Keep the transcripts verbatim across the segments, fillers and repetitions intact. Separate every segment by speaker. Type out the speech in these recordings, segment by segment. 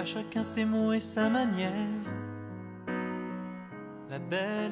Speaker 1: chacun ses mots et sa manière. La belle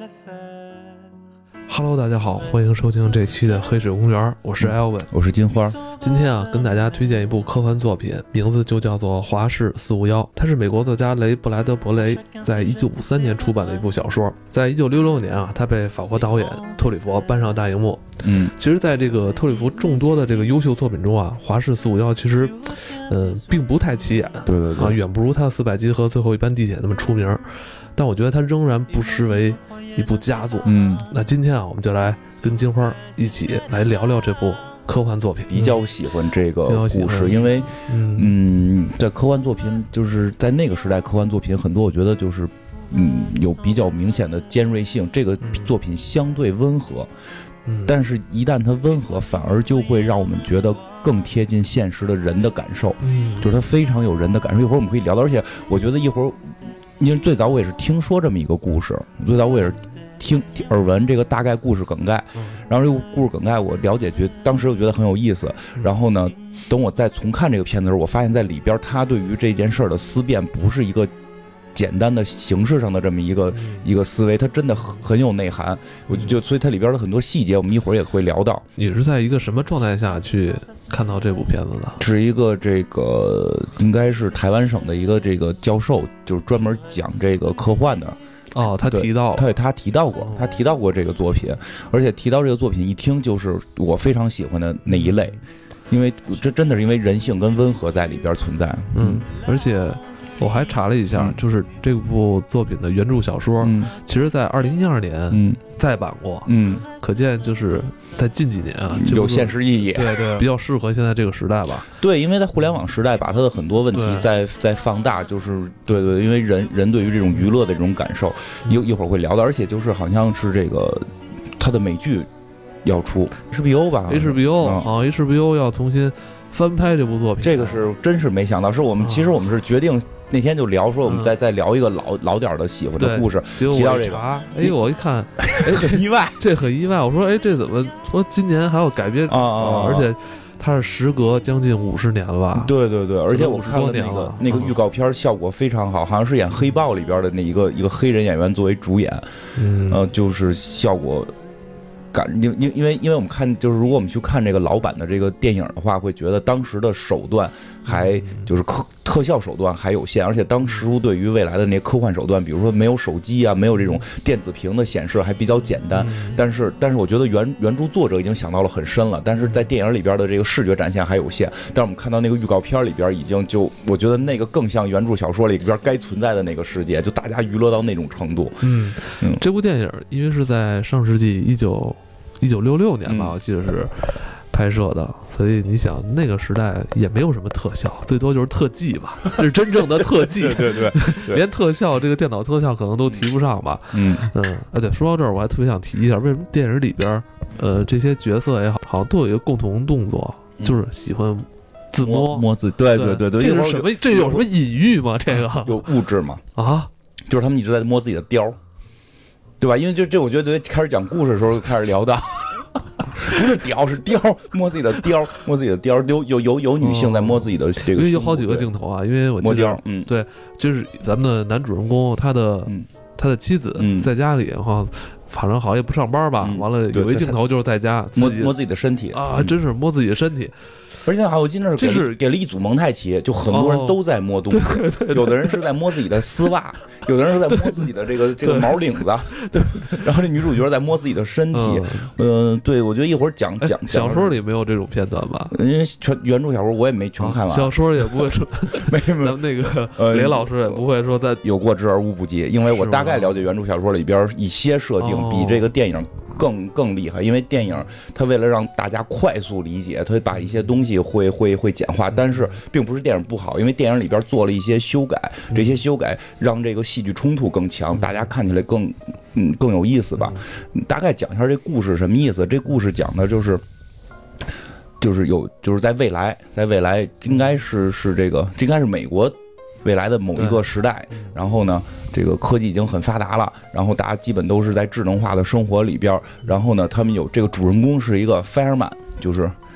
Speaker 1: affaire.Hello，
Speaker 2: 大家好，欢迎收听这期的黑水公园，我是 Elvin，
Speaker 3: 我是金花。
Speaker 2: 今天啊，跟大家推荐一部科幻作品，名字就叫做《华氏四五一》，它是美国作家雷布莱德伯雷在一九五三年出版的一部小说。在一九六六年啊，他被法国导演特里弗搬上大荧幕。
Speaker 3: 嗯，
Speaker 2: 其实，在这个特里弗众多的这个优秀作品中啊，《华氏四五一》其实，嗯、呃，并不太起眼，
Speaker 3: 对对对，
Speaker 2: 啊，远不如他的《四百集》和《最后一班地铁》那么出名。但我觉得它仍然不失为一部佳作。
Speaker 3: 嗯，
Speaker 2: 那今天啊，我们就来跟金花一起来聊聊这部科幻作品。
Speaker 3: 比较喜欢这个故事，因为嗯, 嗯，在科幻作品，就是在那个时代，科幻作品很多，我觉得就是嗯有比较明显的尖锐性。这个作品相对温和，
Speaker 2: 嗯，
Speaker 3: 但是一旦它温和，反而就会让我们觉得更贴近现实的人的感受。
Speaker 2: 嗯，
Speaker 3: 就是它非常有人的感受。一会儿我们可以聊到，而且我觉得一会儿。因为最早我也是听说这么一个故事，最早我也是听耳闻这个大概故事梗概，然后这个故事梗概我了解，觉当时我觉得很有意思。然后呢，等我再重看这个片子的时候，我发现在里边他对于这件事的思辨不是一个简单的形式上的这么一个一个思维，它真的很很有内涵。我就所以它里边的很多细节，我们一会儿也会聊到。
Speaker 2: 你是在一个什么状态下去看到这部片子的？
Speaker 3: 是一个这个应该是台湾省的一个这个教授，就是专门讲这个科幻的。
Speaker 2: 哦，他提到了，
Speaker 3: 他他提到过，他提到过这个作品，而且提到这个作品一听就是我非常喜欢的那一类，因为这真的是因为人性跟温和在里边存在。
Speaker 2: 嗯，而且。我还查了一下，
Speaker 3: 嗯、
Speaker 2: 就是这部作品的原著小说，
Speaker 3: 嗯、
Speaker 2: 其实在二零一二年再版过，
Speaker 3: 嗯，
Speaker 2: 可见就是在近几年啊，
Speaker 3: 有现实意义，
Speaker 2: 对对，比较适合现在这个时代吧。
Speaker 3: 对，因为在互联网时代，把它的很多问题在在放大，就是对对，因为人人对于这种娱乐的这种感受，一一会儿会聊到，而且就是好像是这个它的美剧要出 H B O 吧
Speaker 2: ，H B O 啊、嗯、，H B O 要重新翻拍这部作品，
Speaker 3: 这个是真是没想到，是我们、啊、其实我们是决定。那天就聊说，我们再、嗯、再聊一个老老点的喜欢的故事，提到这个，
Speaker 2: 哎，我一看，哎，
Speaker 3: 很意外，
Speaker 2: 这很意外。我说，哎，这怎么说今年还要改编
Speaker 3: 啊啊？
Speaker 2: 而且它是时隔将近五十年了吧？
Speaker 3: 对对对，而且我看了那个那个预告片，效果非常好，好像是演《黑豹》里边的那一个一个黑人演员作为主演，
Speaker 2: 嗯，
Speaker 3: 呃，就是效果。感因因因为因为我们看就是如果我们去看这个老版的这个电影的话，会觉得当时的手段还就是科特效手段还有限，而且当时对于未来的那些科幻手段，比如说没有手机啊，没有这种电子屏的显示还比较简单。但是但是我觉得原原著作者已经想到了很深了，但是在电影里边的这个视觉展现还有限。但是我们看到那个预告片里边已经就我觉得那个更像原著小说里边该存在的那个世界，就大家娱乐到那种程度。
Speaker 2: 嗯嗯，这部电影因为是在上世纪一九。一九六六年吧，
Speaker 3: 嗯、
Speaker 2: 我记得是拍摄的，所以你想那个时代也没有什么特效，最多就是特技吧，这是真正的特技。
Speaker 3: 对对 对, 对，
Speaker 2: 连特效这个电脑特效可能都提不上吧。
Speaker 3: 嗯
Speaker 2: 嗯，而且说到这儿，我还特别想提一下，为什么电影里边，呃，这些角色也好，好像都有一个共同动作，嗯、就是喜欢自摸
Speaker 3: 摸自己。对对对对，
Speaker 2: 这是什么？这有什么隐喻吗？这个
Speaker 3: 有物质吗？
Speaker 2: 啊，
Speaker 3: 就是他们一直在摸自己的貂。对吧？因为这这，我觉得开始讲故事的时候就开始聊到，不是屌是貂，摸自己的貂，摸自己的貂，有有有有女性在摸自己的这个，
Speaker 2: 因为有好几个镜头啊，因为我
Speaker 3: 摸貂，嗯，
Speaker 2: 对，就是咱们的男主人公他的、嗯、他的妻子在家里哈。反正好像也不上班吧，
Speaker 3: 嗯、
Speaker 2: 完了有一镜头就是在家
Speaker 3: 摸摸自己的身体
Speaker 2: 啊，真是摸自己的身体。
Speaker 3: 而且好，我记得
Speaker 2: 这
Speaker 3: 是给了一组蒙太奇，就很多人都在摸东西，
Speaker 2: 哦、对对对对，
Speaker 3: 有的人是在摸自己的丝袜，有的人是在摸自己的这个这个毛领子，对。然后这女主角在摸自己的身体，嗯、呃，对，我觉得一会儿讲讲。
Speaker 2: 小说里没有这种片段吧？
Speaker 3: 因为全原著小说我也没全看完，
Speaker 2: 啊、小说也不会说，
Speaker 3: 没没。
Speaker 2: 咱们那个雷老师也不会说在
Speaker 3: 有过之而无不及，因为我大概了解原著小说里边一些设定比这个电影更更厉害，因为电影它为了让大家快速理解，它把一些东西会会会简化，但是并不是电影不好，因为电影里边做了一些修改，这些修改让这个戏剧冲突更强，大家看起来更嗯更有意思吧。大概讲一下这故事什么意思？这故事讲的就是就是有就是在未来，在未来应该是是这个这应该是美国未来的某一个时代，然后呢这个科技已经很发达了，然后大家基本都是在智能化的生活里边，然后呢他们有这个主人公是一个 fireman， 就是
Speaker 2: 对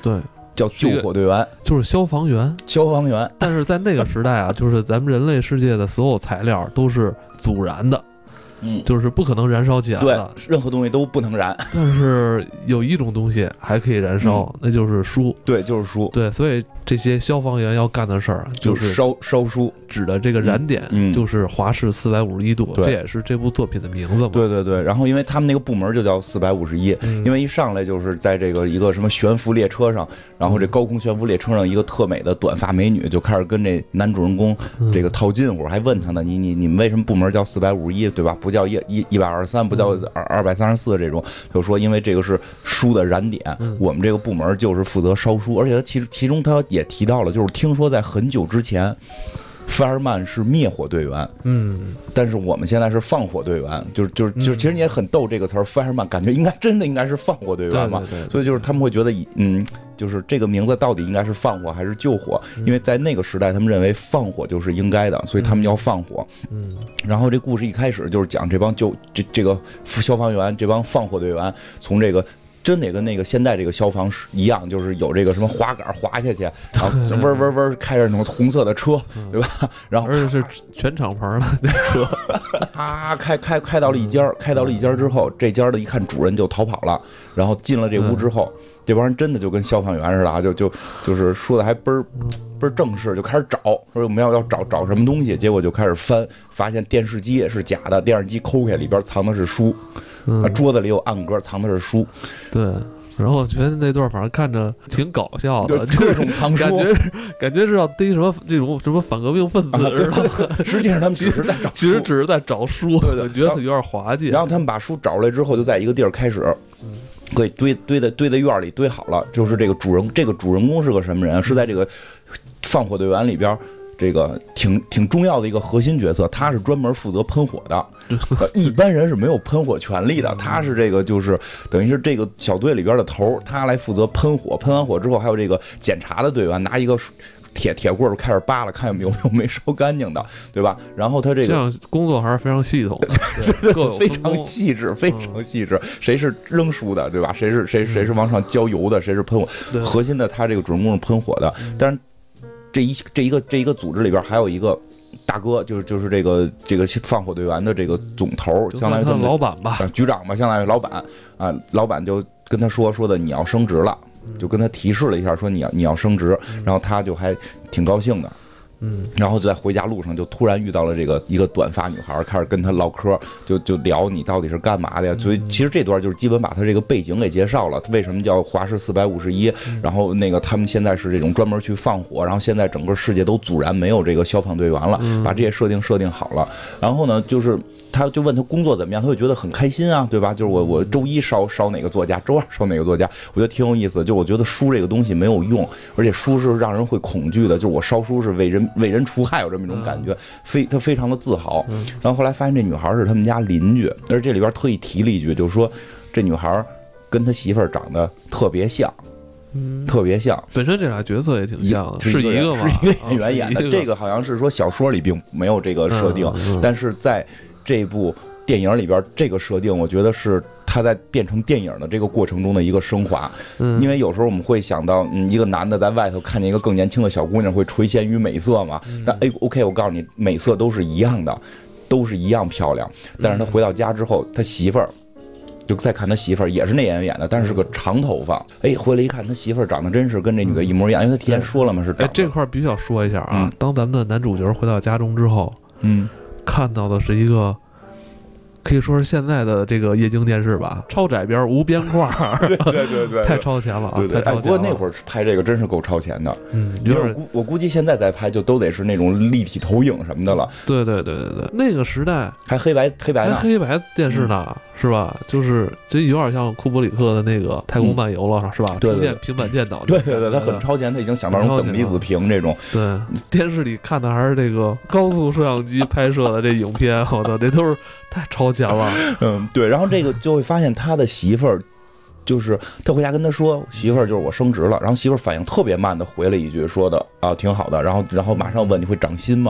Speaker 3: 叫救火队员，
Speaker 2: 就是消防员。
Speaker 3: 消防员，
Speaker 2: 但是在那个时代啊，就是咱们人类世界的所有材料都是阻燃的。
Speaker 3: 嗯，
Speaker 2: 就是不可能燃烧起来的，
Speaker 3: 对，任何东西都不能燃。
Speaker 2: 但是有一种东西还可以燃烧，嗯、那就是书。
Speaker 3: 对，就是书。
Speaker 2: 对，所以这些消防员要干的事儿就是
Speaker 3: 烧烧书，
Speaker 2: 指的这个燃点就是华氏四百五十一度，
Speaker 3: 嗯、
Speaker 2: 这也是这部作品的名字嘛。
Speaker 3: 对对对，然后因为他们那个部门就叫四百五十一，因为一上来就是在这个一个什么悬浮列车上，然后这高空悬浮列车上一个特美的短发美女就开始跟这男主人公这个套近乎，还问他呢，你你你们为什么部门叫四百五十一，对吧？不叫一一一百二十三，不叫二二百三十四这种，就说因为这个是书的燃点，
Speaker 2: 嗯、
Speaker 3: 我们这个部门就是负责烧书，而且他其实其中他也提到了，就是听说在很久之前。Fireman 是灭火队员，
Speaker 2: 嗯，
Speaker 3: 但是我们现在是放火队员，就是就是就是，其实你也很逗这个词儿 ，Fireman 感觉应该真的应该是放火队员嘛，
Speaker 2: 对对对对，
Speaker 3: 所以就是他们会觉得，嗯，就是这个名字到底应该是放火还是救火？
Speaker 2: 嗯、
Speaker 3: 因为在那个时代，他们认为放火就是应该的，所以他们要放火。
Speaker 2: 嗯，
Speaker 3: 然后这故事一开始就是讲这帮救这这个消防员，这帮放火队员从这个。真得跟那个现在这个消防一样，就是有这个什么滑杆滑下去，然后嗡嗡嗡开着那种红色的车，对吧？然后
Speaker 2: 而且是全敞篷的那车，
Speaker 3: 啊，开开开到了一家，开到了一家之后，这家的一看主人就逃跑了，然后进了这屋之后，这帮人真的就跟消防员似的啊，就就就是说的还倍儿倍儿正式，就开始找，说我们要要找找什么东西，结果就开始翻，发现电视机是假的，电视机抠开里边藏的是书。
Speaker 2: 嗯、
Speaker 3: 桌子里有暗格，藏的是书。
Speaker 2: 对，然后我觉得那段反正看着挺搞笑的，
Speaker 3: 各种藏书，
Speaker 2: 感觉感觉是要逮什么这种什么反革命分子似的、
Speaker 3: 啊。实际上他们只是在找书，
Speaker 2: 其实只是在找书，
Speaker 3: 对对，
Speaker 2: 我觉得有点滑稽。
Speaker 3: 然后他们把书找出来之后，就在一个地儿开始。可以堆堆在堆在院里堆好了，就是这个主人，这个主人公是个什么人？是在这个放火队员里边。这个挺挺重要的一个核心角色，他是专门负责喷火的，一般人是没有喷火权利的，他是这个就是等于是这个小队里边的头，他来负责喷火，喷完火之后还有这个检查的队员拿一个铁铁棍开始扒拉，看有没有没烧干净的，对吧？然后他这个
Speaker 2: 这样工作还是非常系统的，各有
Speaker 3: 非常细致，非常细致。谁是扔书的，对吧？谁是谁谁是往上浇油的，谁是喷火？核心的他这个主人公是喷火的，但是。这一这一个这一个组织里边还有一个大哥，就是就是这个这个放火队员的这个总头，相当于他
Speaker 2: 老板吧，
Speaker 3: 局长吧，相当于老板啊。老板就跟他说说的你要升职了，就跟他提示了一下，说你要你要升职，然后他就还挺高兴的。
Speaker 2: 嗯，
Speaker 3: 然后就在回家路上就突然遇到了这个一个短发女孩，开始跟他唠嗑，就就聊你到底是干嘛的呀？所以其实这段就是基本把他这个背景给介绍了，他为什么叫华氏四百五十一，然后那个他们现在是这种专门去放火，然后现在整个世界都阻燃，没有这个消防队员了，把这些设定设定好了。然后呢，就是他就问他工作怎么样，他就觉得很开心啊，对吧？就是我我周一烧烧哪个作家，周二烧哪个作家，我觉得挺有意思。就我觉得书这个东西没有用，而且书是让人会恐惧的，就是我烧书是为人为人除害，有这么一种感觉，非他非常的自豪。然后后来发现这女孩是他们家邻居，而这里边特意提了一句，就是说这女孩跟他媳妇儿长得特别像。
Speaker 2: 嗯，
Speaker 3: 特别像，
Speaker 2: 本身这俩角色也挺像的，
Speaker 3: 是
Speaker 2: 一个嘛，
Speaker 3: 是一个演员演的。这个好像是说小说里并没有这个设定，
Speaker 2: 嗯嗯、
Speaker 3: 但是在这部电影里边，这个设定我觉得是他在变成电影的这个过程中的一个升华。
Speaker 2: 嗯，
Speaker 3: 因为有时候我们会想到，嗯，一个男的在外头看见一个更年轻的小姑娘会垂涎于美色嘛？
Speaker 2: 嗯、
Speaker 3: 但哎 ，OK， 我告诉你，美色都是一样的，都是一样漂亮。但是他回到家之后，他媳妇儿。就再看他媳妇儿也是那演员演的，但是是个长头发。哎，回来一看，他媳妇儿长得真是跟这女的一模一样，因为他提前说了嘛，是长得。
Speaker 2: 哎，这块必须要说一下啊！
Speaker 3: 嗯、
Speaker 2: 当咱们的男主角回到家中之后，
Speaker 3: 嗯，
Speaker 2: 看到的是一个。可以说是现在的这个液晶电视吧，超窄边无边框，
Speaker 3: 对对对对，
Speaker 2: 太超前了啊！
Speaker 3: 对对，
Speaker 2: 哎，
Speaker 3: 不过那会儿拍这个真是够超前的，
Speaker 2: 嗯，
Speaker 3: 因为我估我估计现在再拍就都得是那种立体投影什么的了。
Speaker 2: 对对对对对，那个时代
Speaker 3: 还黑白黑白呢，
Speaker 2: 还黑白电视呢，嗯、是吧？就是这有点像库伯里克的那个《太空漫游》了，嗯、是吧？
Speaker 3: 对对对，
Speaker 2: 出现平板电脑，
Speaker 3: 对对对，他很超前，他已经想到那种等离子屏这种。
Speaker 2: 对，电视里看的还是这个高速摄像机拍摄的这影片，我操，这都是太超前了。
Speaker 3: 嗯，对，然后这个就会发现他的媳妇儿，就是他回家跟他说，媳妇儿就是我升职了，然后媳妇儿反应特别慢的回了一句，说的啊挺好的，然后然后马上问你会涨薪吗？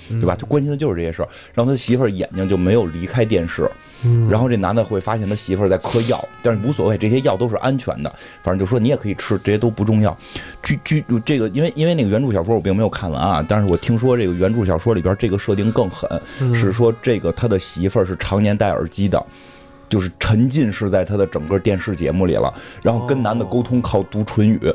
Speaker 3: 对吧？就关心的就是这些事儿。然后他媳妇儿眼睛就没有离开电视，
Speaker 2: 嗯，
Speaker 3: 然后这男的会发现他媳妇儿在嗑药，但是无所谓，这些药都是安全的，反正就说你也可以吃，这些都不重要。据据这个，因为因为那个原著小说我并没有看完啊，但是我听说这个原著小说里边这个设定更狠，
Speaker 2: 嗯、
Speaker 3: 是说这个他的媳妇儿是常年戴耳机的。就是沉浸式在他的整个电视节目里了，然后跟男的沟通靠读唇语。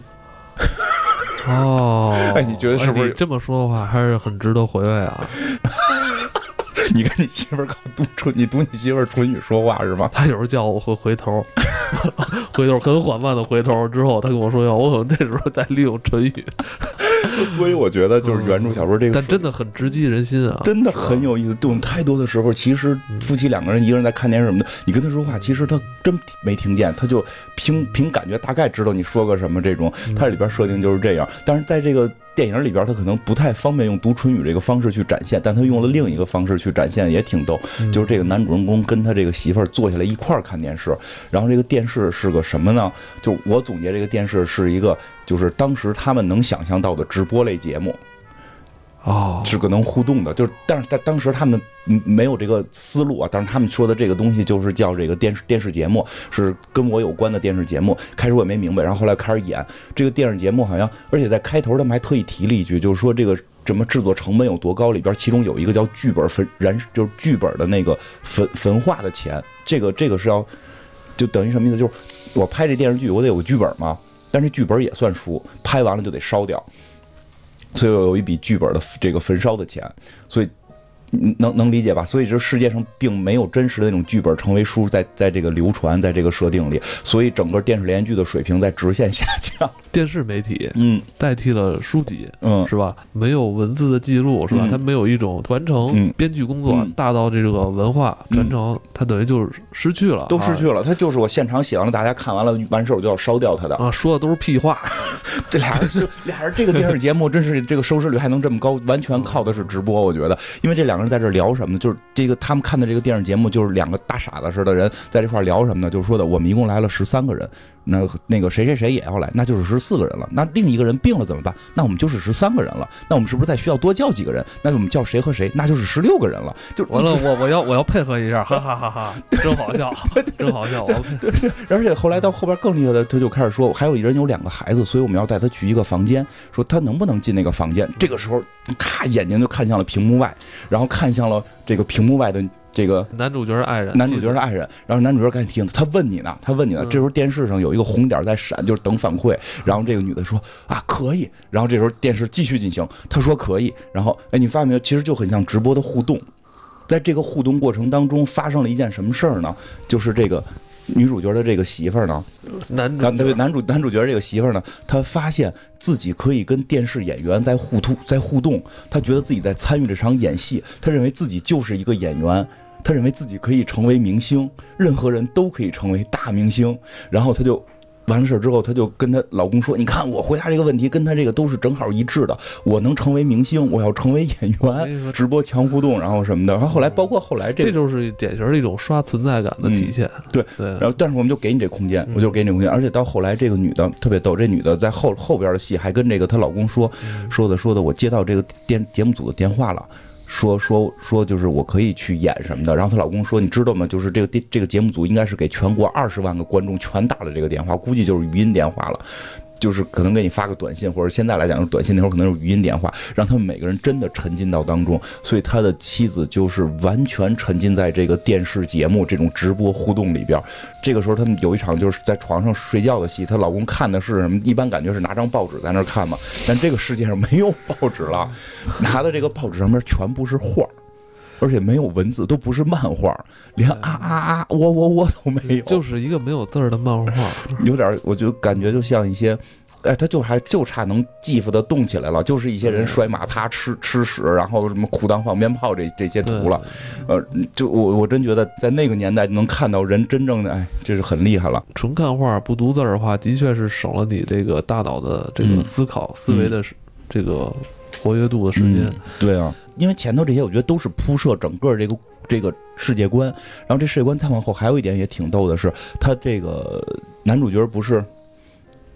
Speaker 2: 哦，
Speaker 3: 哎，你觉得是不是、
Speaker 2: 哎、这么说的话还是很值得回味啊？
Speaker 3: 你跟你媳妇儿靠读唇，你读你媳妇儿唇语说话是吗？
Speaker 2: 他有时候叫我会回头，回头很缓慢的回头之后，他跟我说要，我可能这时候在利用唇语。
Speaker 3: 所以我觉得就是原著小说这个、嗯，
Speaker 2: 但真的很直击人心啊，
Speaker 3: 真的很有意思。对，太多的时候，其实夫妻两个人，一个人在看电视什么的，你跟他说话，其实他真没听见，他就凭凭感觉大概知道你说个什么。这种，它里边设定就是这样。但是在这个电影里边，他可能不太方便用读唇语这个方式去展现，但他用了另一个方式去展现，也挺逗。就是这个男主人公跟他这个媳妇儿坐下来一块儿看电视，然后这个电视是个什么呢？就我总结，这个电视是一个，就是当时他们能想象到的直播类节目。
Speaker 2: 哦，
Speaker 3: 是个能互动的，就是但是在当时他们没有这个思路啊，但是他们说的这个东西就是叫这个电视电视节目，是跟我有关的电视节目。开始我也没明白，然后后来开始演这个电视节目，好像而且在开头他们还特意提了一句，就是说这个什么制作成本有多高，里边其中有一个叫剧本焚燃，就是剧本的那个焚焚化的钱，这个这个是要就等于什么意思？就是我拍这电视剧我得有个剧本嘛，但是剧本也算数，拍完了就得烧掉。所以有一笔剧本的这个焚烧的钱，所以能能理解吧？所以这世界上并没有真实的那种剧本成为书在在这个流传，在这个设定里，所以整个电视连续剧的水平在直线下降。
Speaker 2: 电视媒体，
Speaker 3: 嗯，
Speaker 2: 代替了书籍，
Speaker 3: 嗯，
Speaker 2: 是吧？没有文字的记录，是吧？
Speaker 3: 嗯、
Speaker 2: 它没有一种传承，
Speaker 3: 嗯、
Speaker 2: 编剧工作、
Speaker 3: 嗯、
Speaker 2: 大到这个文化传承，嗯、它等于就是失去了，
Speaker 3: 都失去了。它就是我现场写完了，大家看完了完事儿我就要烧掉它的
Speaker 2: 啊，说的都是屁话。
Speaker 3: 这俩人就俩人这个电视节目真是这个收视率还能这么高，完全靠的是直播，我觉得。因为这两个人在这聊什么呢？就是这个他们看的这个电视节目，就是两个大傻子似的人在这块聊什么呢？就是说的我们一共来了十三个人，那那个谁谁谁也要来，那就是十四个人了。那另一个人病了怎么办？那我们就是十三个人了。那我们是不是再需要多叫几个人？那我们叫谁和谁？那就是十六个人了。就
Speaker 2: 完了，我我要我要配合一下，哈哈哈哈，真好笑，真好笑。
Speaker 3: 对对对，而且后来到后边更厉害的，他就开始说，还有一人有两个孩子，所以我们要带他去一个房间，说他能不能进那个房间。这个时候，咔，眼睛就看向了屏幕外，然后看向了这个屏幕外的。这个
Speaker 2: 男主角是爱人，
Speaker 3: 男主角是爱人，然后男主角赶紧听他问你呢，他问你呢，这时候电视上有一个红点在闪，就是等反馈，然后这个女的说啊可以，然后这时候电视继续进行，他说可以，然后哎你发现没有，其实就很像直播的互动，在这个互动过程当中发生了一件什么事儿呢？就是这个女主角的这个媳妇儿呢，
Speaker 2: 男主
Speaker 3: 对男主男主角这个媳妇儿呢，她发现自己可以跟电视演员在互突在互动，她觉得自己在参与这场演戏，她认为自己就是一个演员。她认为自己可以成为明星，任何人都可以成为大明星。然后她就完了事之后，她就跟她老公说：“你看我回答这个问题跟她这个都是正好一致的，我能成为明星，我要成为演员，直播强互动，然后什么的。”然后后来包括后来这个，
Speaker 2: 这就是典型的一种刷存在感的体现。
Speaker 3: 嗯、对
Speaker 2: 对。
Speaker 3: 然后但是我们就给你这空间，我就给你这空间。而且到后来这个女的特别逗，这女的在后后边的戏还跟这个她老公说说的说的，我接到这个电节目组的电话了。说说说，就是我可以去演什么的。然后她老公说：“你知道吗？就是这个这个节目组应该是给全国二十万个观众全打了这个电话，估计就是语音电话了。”就是可能给你发个短信，或者现在来讲，短信那会儿可能是语音电话，让他们每个人真的沉浸到当中。所以他的妻子就是完全沉浸在这个电视节目这种直播互动里边。这个时候他们有一场就是在床上睡觉的戏，她老公看的是什么？一般感觉是拿张报纸在那看嘛，但这个世界上没有报纸了，拿的这个报纸上面全部是画。而且没有文字，都不是漫画，连啊啊啊，我我我都没有，
Speaker 2: 就是一个没有字儿的漫画，
Speaker 3: 有点，我就感觉就像一些，哎，他就还就差能技术的动起来了，就是一些人摔马趴、吃吃屎，然后什么裤裆放鞭炮这这些图了，呃，就我我真觉得在那个年代能看到人真正的，哎，这是很厉害了。
Speaker 2: 纯看画不读字的话，的确是省了你这个大脑的这个思考、嗯、思维的这个活跃度的时间、
Speaker 3: 嗯。对啊。因为前头这些我觉得都是铺设整个这个这个世界观，然后这世界观再往后还有一点也挺逗的是，他这个男主角不是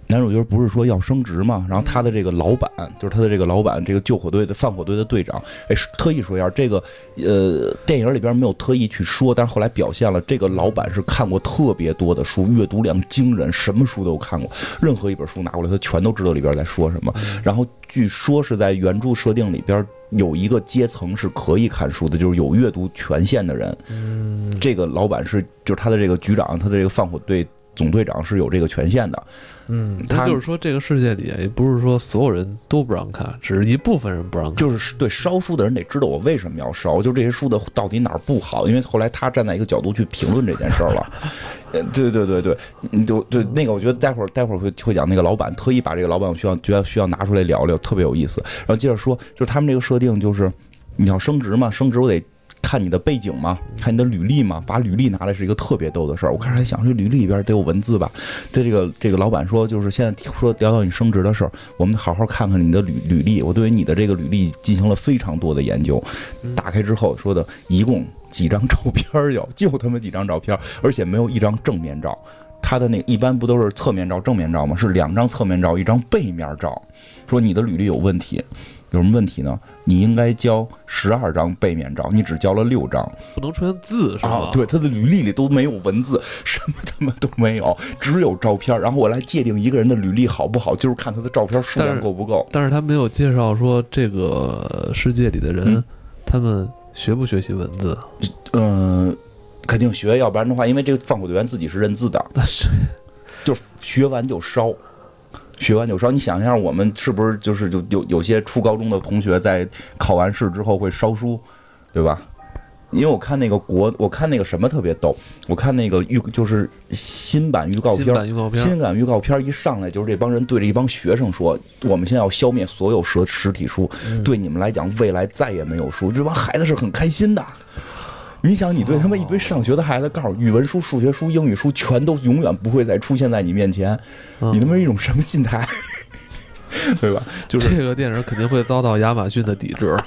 Speaker 3: 男主角不是说要升职嘛，然后他的这个老板，就是他的这个老板，这个救火队的放火队的队长，哎，特意说一下，这个呃电影里边没有特意去说，但是后来表现了，这个老板是看过特别多的书，阅读量惊人，什么书都有看过，任何一本书拿过来，他全都知道里边在说什么。然后据说是在原著设定里边有一个阶层是可以看书的，就是有阅读权限的人。嗯，这个老板是就是他的这个局长，他的这个放火队总队长是有这个权限的。
Speaker 2: 嗯，他就是说这个世界里也不是说所有人都不让看，只是一部分人不让看。
Speaker 3: 就是对烧书的人得知道我为什么要烧，就这些书的到底哪儿不好，因为后来他站在一个角度去评论这件事儿了。对对对对，就对那个，我觉得待会儿待会儿会会讲那个老板，特意把这个老板我需要觉得需要拿出来聊聊，特别有意思。然后接着说，就是他们这个设定就是你要升职嘛，升职我得看你的背景嘛，看你的履历嘛，把履历拿来是一个特别逗的事儿。我开始还想，这履历里边得有文字吧？对，这个这个老板说，就是现在说聊到你升职的事儿，我们好好看看你的履履历。我对于你的这个履历进行了非常多的研究，打开之后说的一共几张照片有，就他妈几张照片，而且没有一张正面照。他的那个一般不都是侧面照、正面照吗？是两张侧面照，一张背面照。说你的履历有问题。有什么问题呢？你应该交十二张背面照，你只交了六张，
Speaker 2: 不能出现字是吧？
Speaker 3: 啊，对，他的履历里都没有文字，什么他妈都没有，只有照片。然后我来界定一个人的履历好不好，就是看他的照片数量够不够。
Speaker 2: 但是他没有介绍说这个世界里的人，嗯、他们学不学习文字？
Speaker 3: 嗯、呃，肯定学，要不然的话，因为这个放火队员自己是认字的，就是学完就烧。学完就烧，你想一下，我们是不是就是就有有些初高中的同学在考完试之后会烧书，对吧？因为我看那个国，我看那个什么特别逗，我看那个预就是新版预告片，新
Speaker 2: 版预告片，
Speaker 3: 新版预告片一上来就是这帮人对着一帮学生说，我们现在要消灭所有实实体书，嗯、对你们来讲，未来再也没有书。这帮孩子是很开心的。你想，你对他们一堆上学的孩子告诉语文书、数学书、英语书全都永远不会再出现在你面前，你他妈是一种什么心态？对吧？就是
Speaker 2: 这个电影肯定会遭到亚马逊的抵制。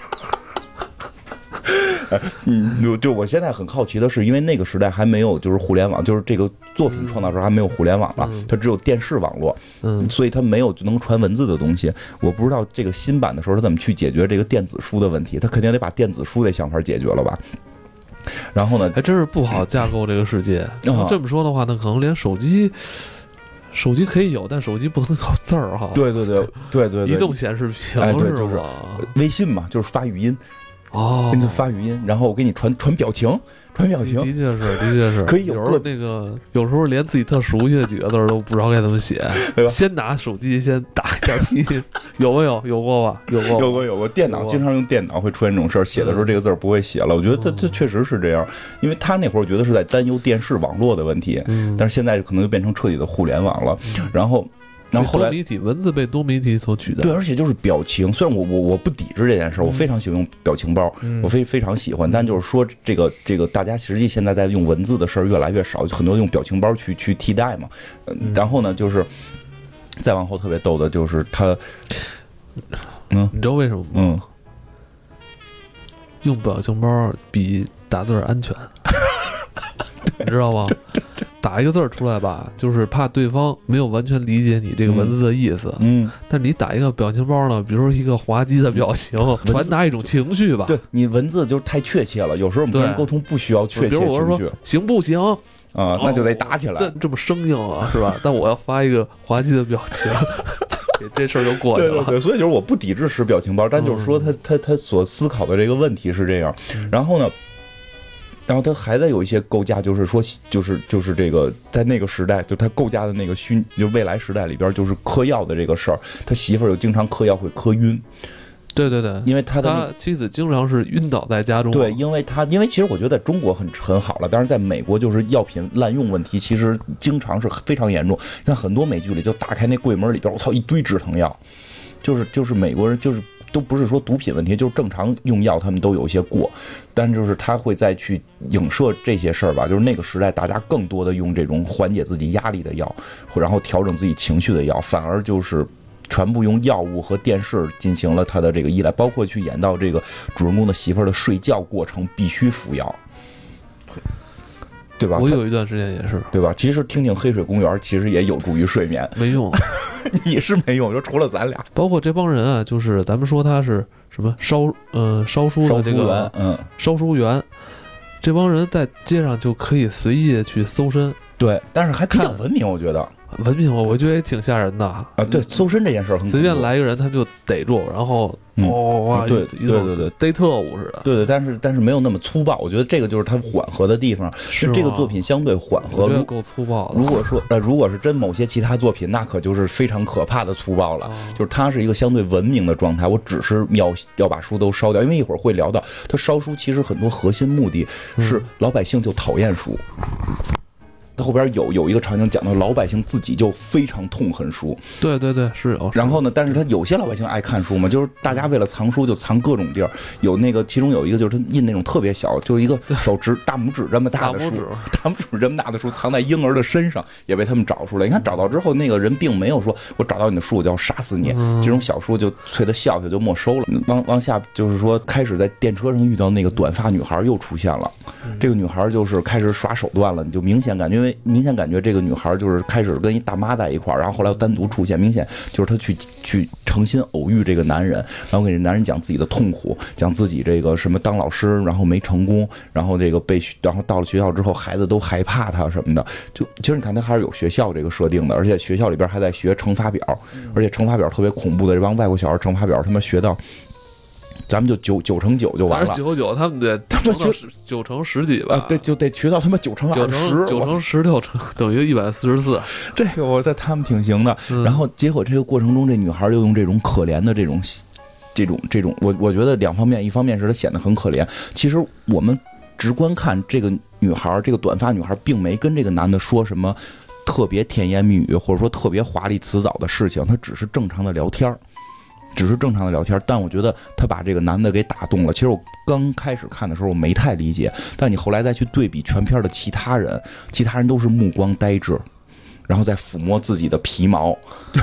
Speaker 3: 嗯，就就我现在很好奇的是，因为那个时代还没有就是互联网，就是这个作品创造时候还没有互联网了，它只有电视网络，嗯，所以它没有能传文字的东西。我不知道这个新版的时候它怎么去解决这个电子书的问题，它肯定得把电子书得想法解决了吧。然后呢，
Speaker 2: 还真是不好架构这个世界。然后这么说的话呢，可能连手机，手机可以有，但手机不能有字儿哈。
Speaker 3: 对对对对对，
Speaker 2: 移动显示屏，
Speaker 3: 哎，对，就是微信嘛，就是发语音。
Speaker 2: 哦，
Speaker 3: 跟他发语音，然后我给你传传表情，传表情，
Speaker 2: 的确是，的确是，
Speaker 3: 可以有
Speaker 2: 时候那个，有时候连自己特熟悉的几个字都不知道该怎么写，先拿手机先打一下拼音，有没有？有过吧？有过，
Speaker 3: 有过，有过。电脑经常用电脑会出现这种事儿，写的时候这个字不会写了。我觉得这这确实是这样，因为他那会儿我觉得是在担忧电视网络的问题，但是现在可能就变成彻底的互联网了，然后。然后后来，
Speaker 2: 多媒体文字被多媒体所取代。
Speaker 3: 对，而且就是表情。虽然我我我不抵制这件事，我非常喜欢用表情包，嗯、我非非常喜欢。但就是说，这个这个大家实际现在在用文字的事儿越来越少，很多用表情包去去替代嘛。嗯、然后呢，就是再往后特别逗的就是他，
Speaker 2: 嗯，你知道为什么吗？
Speaker 3: 嗯，
Speaker 2: 用表情包比打字安全。你知道吗？打一个字儿出来吧，就是怕对方没有完全理解你这个文字的意思。
Speaker 3: 嗯，
Speaker 2: 但你打一个表情包呢，比如说一个滑稽的表情，传达一种情绪吧。
Speaker 3: 对，你文字就太确切了，有时候我们跟人沟通不需要确切情绪。
Speaker 2: 比如我说行不行
Speaker 3: 啊、呃，那就得打起来。
Speaker 2: 对，这么生硬啊，是吧？但我要发一个滑稽的表情。这事儿就过去了。
Speaker 3: 对对对，所以就是我不抵制使表情包，但就是说他他他所思考的这个问题是这样。然后呢？然后他还在有一些构架，就是说，就是就是这个在那个时代，就他构架的那个虚，就未来时代里边，就是嗑药的这个事儿，他媳妇儿就经常嗑药会嗑晕。
Speaker 2: 对对对，
Speaker 3: 因为他的
Speaker 2: 他妻子经常是晕倒在家中。
Speaker 3: 对，因为他因为其实我觉得在中国很很好了，但是在美国就是药品滥用问题，其实经常是非常严重。你看很多美剧里，就打开那柜门里边，我操，一堆止疼药，就是就是美国人就是。都不是说毒品问题，就是正常用药他们都有一些过，但就是他会再去影射这些事儿吧，就是那个时代大家更多的用这种缓解自己压力的药，然后调整自己情绪的药，反而就是全部用药物和电视进行了他的这个依赖，包括去演到这个主人公的媳妇儿的睡觉过程必须服药。 对吧？
Speaker 2: 我有一段时间也是，
Speaker 3: 对吧？其实听听黑水公园其实也有助于睡眠，
Speaker 2: 没用。
Speaker 3: 你是没用，就除了咱俩，
Speaker 2: 包括这帮人啊，就是咱们说他是什么烧呃烧书的这个
Speaker 3: 嗯
Speaker 2: 烧书员，这帮人在街上就可以随意的去搜身，
Speaker 3: 对，但是还比较文明，我觉得
Speaker 2: 文明，我觉得也挺吓人的啊。
Speaker 3: 对，搜身这件事儿很
Speaker 2: 随便来一个人，他就逮住，然后。哦哇，
Speaker 3: 对对对对，
Speaker 2: 逮特务似的。
Speaker 3: 对对，但是但是没有那么粗暴，我觉得这个就是它缓和的地方。是这个作品相对缓和，
Speaker 2: 我觉得够粗暴的。
Speaker 3: 如果说呃，如果是真某些其他作品，那可就是非常可怕的粗暴了。就是它是一个相对文明的状态，我只是要要把书都烧掉，因为一会儿会聊到，它烧书其实很多核心目的是老百姓就讨厌书。它后边有有一个场景讲到老百姓自己就非常痛恨书，
Speaker 2: 对对对是有。
Speaker 3: 然后呢，但是他有些老百姓爱看书嘛，就是大家为了藏书就藏各种地儿。有那个其中有一个就是他印那种特别小，就是一个手指大拇指这么大的书，大拇指这么大的书藏在婴儿的身上，也被他们找出来。你看找到之后，那个人并没有说我找到你的书我就要杀死你，
Speaker 2: 嗯、
Speaker 3: 这种小书就催他笑笑就没收了。往往下就是说开始在电车上遇到那个短发女孩又出现了，
Speaker 2: 嗯、
Speaker 3: 这个女孩就是开始耍手段了，你就明显感觉，因为明显感觉这个女孩就是开始跟一大妈在一块儿，然后后来又单独出现，明显就是她去去诚心偶遇这个男人，然后给这男人讲自己的痛苦，讲自己这个什么当老师然后没成功，然后这个被然后到了学校之后孩子都害怕他什么的，就其实你看他还是有学校这个设定的，而且学校里边还在学乘法表，而且乘法表特别恐怖的，这帮外国小孩乘法表他们学到。咱们就九九乘九就完了，
Speaker 2: 九九他们得
Speaker 3: 他们学
Speaker 2: 九乘十几吧，
Speaker 3: 啊、对，就得学到他们九乘二十，
Speaker 2: 九乘十六乘等于一百四十四。
Speaker 3: 这个我在他们挺行的、嗯。然后结果这个过程中，这女孩又用这种可怜的这种这种这种，我我觉得两方面，一方面是她显得很可怜。其实我们直观看这个女孩，这个短发女孩，并没跟这个男的说什么特别甜言蜜语，或者说特别华丽辞藻的事情，她只是正常的聊天只是正常的聊天，但我觉得他把这个男的给打动了。其实我刚开始看的时候我没太理解，但你后来再去对比全片的其他人，其他人都是目光呆滞，然后再抚摸自己的皮毛，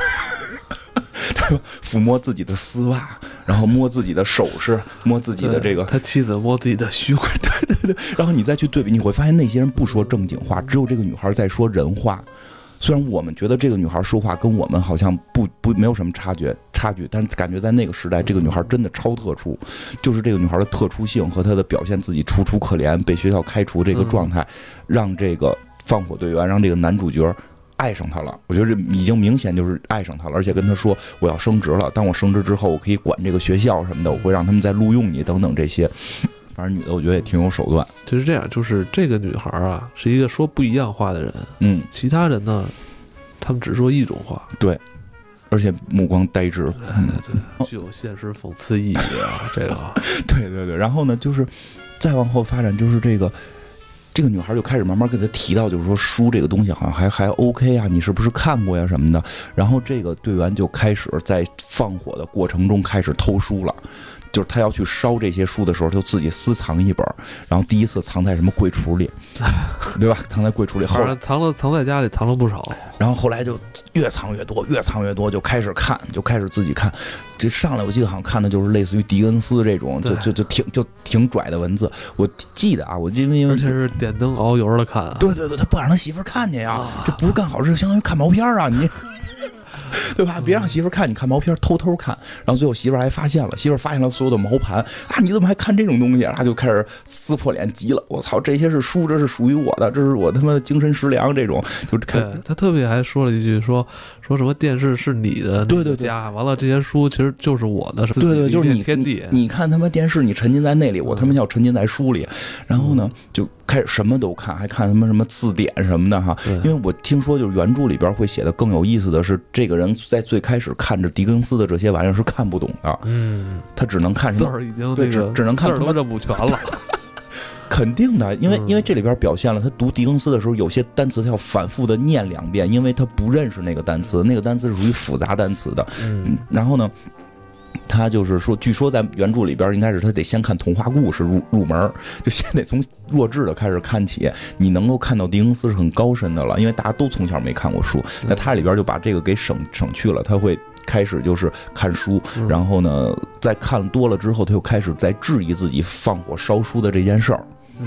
Speaker 3: 抚摸自己的丝袜，然后摸自己的首饰，摸自己的这个
Speaker 2: 他妻子摸自己的胸，
Speaker 3: 对对对。然后你再去对比，你会发现那些人不说正经话，只有这个女孩在说人话。虽然我们觉得这个女孩说话跟我们好像不不没有什么差距差距，但是感觉在那个时代，这个女孩真的超特殊，就是这个女孩的特殊性和她的表现自己楚楚可怜，被学校开除这个状态，让这个放火队员，让这个男主角爱上她了。我觉得这已经明显就是爱上她了，而且跟她说我要升职了，当我升职之后，我可以管这个学校什么的，我会让他们再录用你等等这些。反正女的我觉得也挺有手段。
Speaker 2: 就是这样，就是这个女孩啊是一个说不一样话的人，
Speaker 3: 嗯，
Speaker 2: 其他人呢他们只说一种话，
Speaker 3: 对，而且目光呆滞，
Speaker 2: 嗯，对，具有现实讽刺意义啊，这个，
Speaker 3: 对对对。然后呢，就是再往后发展，就是这个这个女孩就开始慢慢跟他提到，就是说书这个东西好像还还 OK 啊，你是不是看过呀什么的。然后这个队员就开始在放火的过程中开始偷书了。就是他要去烧这些书的时候，就自己私藏一本，然后第一次藏在什么柜橱里，对吧？藏在柜橱里，后来
Speaker 2: 藏了藏在家里藏了不少，
Speaker 3: 然后后来就越藏越多，越藏越多，就开始看，就开始自己看。这上来我记得好像看的就是类似于狄更斯这种，就就就挺就挺拽的文字。我记得啊，我因为因为
Speaker 2: 而且是点灯熬油的看、啊，
Speaker 3: 对对对，他不让他媳妇看见呀、啊，这不是干好事，相当于看毛片啊，你。对吧？别让媳妇看，你看毛片，偷偷看。然后最后媳妇还发现了，媳妇发现了所有的毛盘啊！你怎么还看这种东西？然后就开始撕破脸，急了。我操，这些是书，这是属于我的，这是我他妈的精神食粮。这种就开
Speaker 2: 对他特别还说了一句说说什么电视是你的
Speaker 3: 对对对
Speaker 2: 家，完了这些书其实就是我的，
Speaker 3: 对对，就是你
Speaker 2: 天地。
Speaker 3: 你, 你看他妈电视，你沉浸在那里，我他妈要沉浸在书里。然后呢，就开始什么都看，还看他妈什么字典什么的哈。因为我听说就是原著里边会写的更有意思的是，这个人在最开始看着狄更斯的这些玩意儿是看不懂的，
Speaker 2: 嗯，
Speaker 3: 他只能看什么
Speaker 2: 字儿已经
Speaker 3: 对，只只能看
Speaker 2: 字儿都认不全了。
Speaker 3: 肯定的，因为因为这里边表现了他读狄更斯的时候，有些单词他要反复的念两遍，因为他不认识那个单词，那个单词是属于复杂单词的。嗯，然后呢，他就是说，据说在原著里边，应该是他得先看童话故事入入门，就先得从弱智的开始看起。你能够看到狄更斯是很高深的了，因为大家都从小没看过书，那他里边就把这个给省省去了，他会。开始就是看书，然后呢，在看多了之后，他又开始在质疑自己放火烧书的这件事儿。
Speaker 2: 嗯，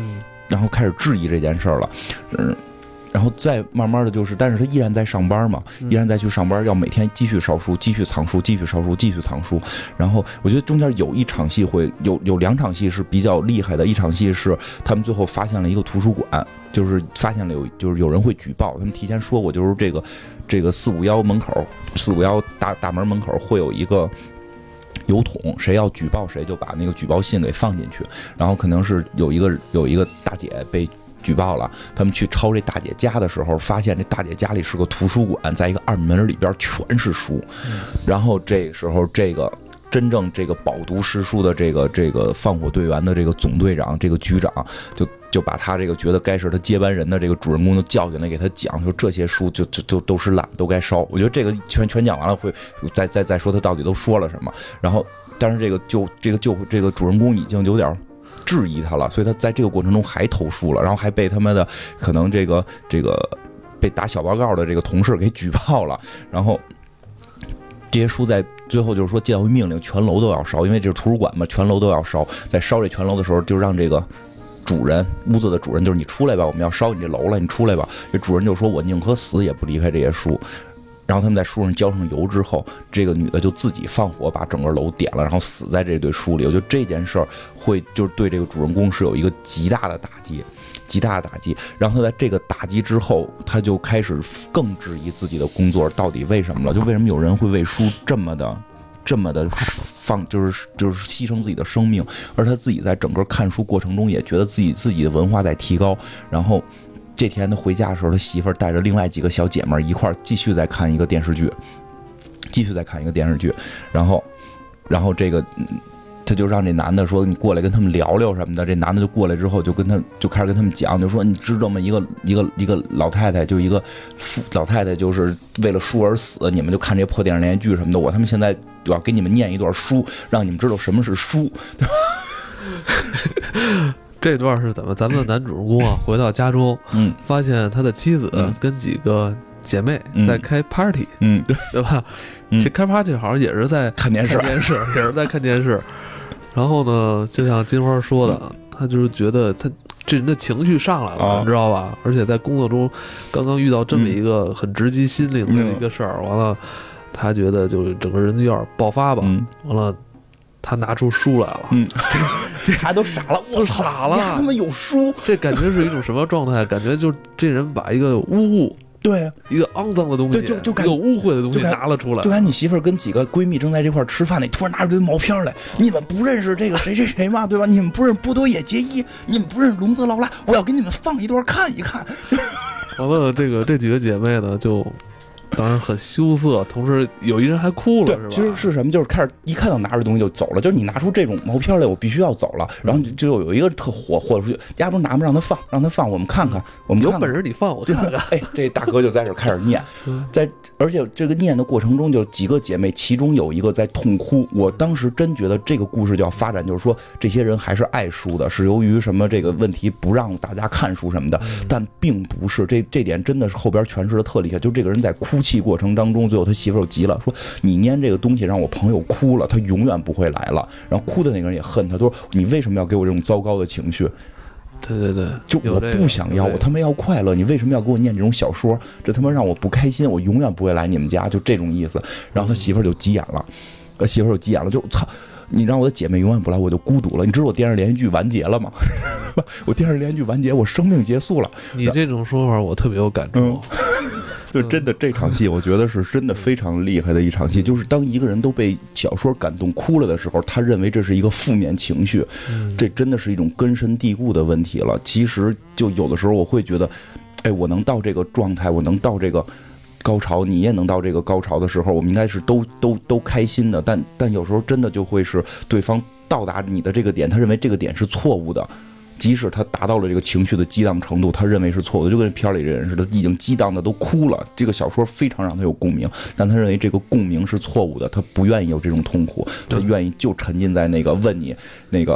Speaker 3: 然后开始质疑这件事儿了，嗯。然后再慢慢的就是，但是他依然在上班嘛，依然在去上班，要每天继续烧书，继续藏书，继续烧书，继续藏书。然后我觉得中间有一场戏会有有两场戏是比较厉害的，一场戏是他们最后发现了一个图书馆，就是发现了有就是有人会举报，他们提前说过，就是这个这个四五幺门口，四五幺大大门门口会有一个邮筒，谁要举报谁就把那个举报信给放进去，然后可能是有一个有一个大姐被举报了，他们去抄这大姐家的时候，发现这大姐家里是个图书馆，在一个暗门里边全是书，然后这时候这个真正这个饱读诗书的这个这个放火队员的这个总队长，这个局长就就把他这个觉得该是他接班人的这个主人公就叫进来给他讲，说这些书就就就都是烂，都该烧。我觉得这个全全讲完了会再再再说他到底都说了什么，然后但是这个就这个就这个主人公已经有点质疑他了，所以他在这个过程中还投诉了，然后还被他们的可能这个这个被打小报告的这个同事给举报了，然后这些书在最后就是说接到一命令，全楼都要烧，因为这是图书馆嘛，全楼都要烧。在烧这全楼的时候，就让这个主人屋子的主人就是你出来吧，我们要烧你这楼了，你出来吧。这主人就说我宁可死也不离开这些书。然后他们在书上浇上油之后，这个女的就自己放火把整个楼点了，然后死在这堆书里。我觉得这件事儿会就是对这个主人公是有一个极大的打击，极大的打击。然后他在这个打击之后，他就开始更质疑自己的工作到底为什么了，就为什么有人会为书这么的这么的放，就是就是牺牲自己的生命，而他自己在整个看书过程中也觉得自己自己的文化在提高，然后。这天他回家的时候，他媳妇儿带着另外几个小姐妹一块儿继续在看一个电视剧，继续在看一个电视剧，然后，然后这个他就让这男的说：“你过来跟他们聊聊什么的。”这男的就过来之后，就跟他就开始跟他们讲，就说：“你知道吗？一个一个一个老太太，就一个老太太，就是为了书而死。你们就看这破电视连续剧什么的，我他们现在就要给你们念一段书，让你们知道什么是书。”
Speaker 2: 这段是怎么？咱们的男主人公啊，回到家中，
Speaker 3: 嗯，
Speaker 2: 发现他的妻子跟几个姐妹在开 party，
Speaker 3: 嗯，
Speaker 2: 对对吧？其实开 party 好像也是在
Speaker 3: 看电视，
Speaker 2: 看电视也是在看电视。然后呢，就像金花说的，他就是觉得他这人的情绪上来了，
Speaker 3: 哦、
Speaker 2: 你知道吧？而且在工作中刚刚遇到这么一个很直击心灵的一个事儿，嗯、完了，他觉得就是整个人就有点爆发吧，
Speaker 3: 嗯、
Speaker 2: 完了。他拿出书来了，
Speaker 3: 嗯，这还都傻了，我
Speaker 2: 傻了，
Speaker 3: 他妈有书，
Speaker 2: 这感觉是一种什么状态？感觉就这人把一个污物，
Speaker 3: 对，
Speaker 2: 一个肮脏的东西，
Speaker 3: 对，就就感
Speaker 2: 有污秽的东西拿了出来，
Speaker 3: 就看你媳妇儿跟几个闺蜜正在这块吃饭呢，突然拿出堆毛片来，你们不认识这个谁谁谁吗？对吧？你们不认识波多野结衣，你们不认识龙泽劳拉，我要给你们放一段看一看。
Speaker 2: 完了，这个这几个姐妹呢就。当然很羞涩，同时有一人还哭了，是吧？
Speaker 3: 其实是什么？就是开始一看到拿着东西就走了，就是你拿出这种毛片来，我必须要走了。然后就就有一个特火火出去，丫不拿不让他放，让他放，我们看看，我们看看
Speaker 2: 有本事你放我看看。
Speaker 3: 哎，这大哥就在这开始念，在而且这个念的过程中，就几个姐妹，其中有一个在痛哭。我当时真觉得这个故事就要发展，就是说这些人还是爱书的，是由于什么这个问题不让大家看书什么的，但并不是这这点真的是后边诠释的特厉害。就这个人在哭泣过程当中，最后他媳妇儿急了，说你念这个东西让我朋友哭了，他永远不会来了。然后哭的那个人也恨他，他说你为什么要给我这种糟糕的情绪？
Speaker 2: 对对对，
Speaker 3: 就我不想要，我他妈要快乐，你为什么要给我念这种小说？这他妈让我不开心，我永远不会来你们家，就这种意思。然后他媳妇儿就急眼了，他媳妇儿就急眼了，就操。你让我的姐妹永远不来，我就孤独了。你知道我电视连续剧完结了吗？我电视连续剧完结，我生命结束了。
Speaker 2: 你这种说法我特别有感触。
Speaker 3: 嗯就真的这场戏，我觉得是真的非常厉害的一场戏。就是当一个人都被小说感动哭了的时候，他认为这是一个负面情绪，这真的是一种根深蒂固的问题了。其实就有的时候我会觉得，哎，我能到这个状态，我能到这个高潮，你也能到这个高潮的时候，我们应该是都都都开心的。但但有时候真的就会是对方到达你的这个点，他认为这个点是错误的。即使他达到了这个情绪的激荡程度，他认为是错误的，就跟片里人似的，已经激荡的都哭了。这个小说非常让他有共鸣，但他认为这个共鸣是错误的，他不愿意有这种痛苦，他愿意就沉浸在那个问你那个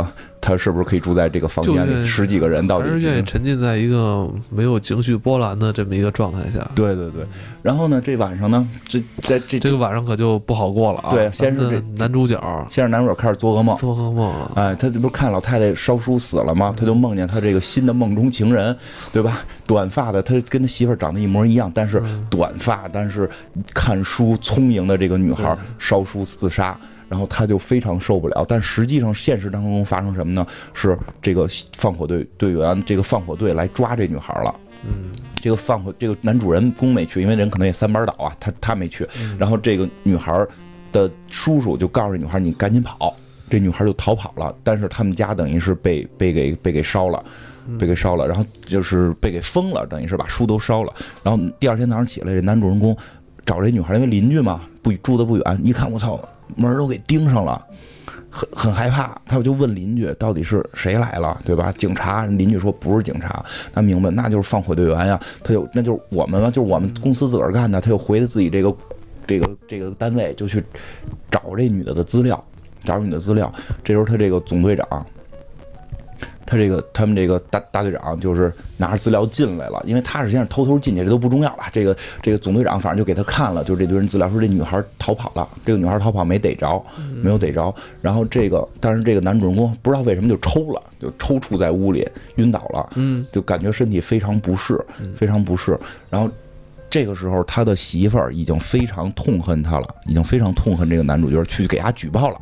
Speaker 3: 他是不是可以住在这个房间里？十几个人到底
Speaker 2: 还是愿意沉浸在一个没有情绪波澜的这么一个状态下？
Speaker 3: 对对对。然后呢，这晚上呢，这在这
Speaker 2: 这个晚上可就不好过了啊！
Speaker 3: 对，先是这
Speaker 2: 男主角，
Speaker 3: 先是男主角开始做噩梦，
Speaker 2: 做噩梦了。
Speaker 3: 哎，他这不是看老太太烧书死了吗？他就梦见他这个新的梦中情人，对吧？短发的，他跟他媳妇长得一模一样，但是短发，但是看书聪明的这个女孩烧书自杀。然后他就非常受不了，但实际上现实当中发生什么呢？是这个放火队队员，这个放火队来抓这女孩了。
Speaker 2: 嗯，
Speaker 3: 这个放火这个男主人公没去，因为人可能也三班倒啊，他他没去。然后这个女孩的叔叔就告诉这女孩：“你赶紧跑！”这女孩就逃跑了，但是他们家等于是被被给被给烧了。被给烧了，然后就是被给封了，等于是把书都烧了。然后第二天早上起来，这男主人公找这女孩，因为邻居嘛，不住的不远，一看我操，门都给盯上了，很很害怕。他就问邻居到底是谁来了，对吧？警察。邻居说不是警察，他明白那就是放火队员呀，他就那就是我们了，就是我们公司自个儿干的。他就回了自己这个这个这个单位，就去找这女的的资料，找女的资料。这时候他这个总队长。他这个他们这个大大队长就是拿着资料进来了，因为他实际上偷偷进去，这都不重要了。这个这个总队长反正就给他看了，就这堆人资料说这女孩逃跑了，这个女孩逃跑没逮着，没有逮着。然后这个但是这个男主人公不知道为什么就抽了，就抽搐在屋里晕倒了，嗯，就感觉身体非常不适，非常不适。然后这个时候他的媳妇儿已经非常痛恨他了，已经非常痛恨这个男主角，去给他举报了。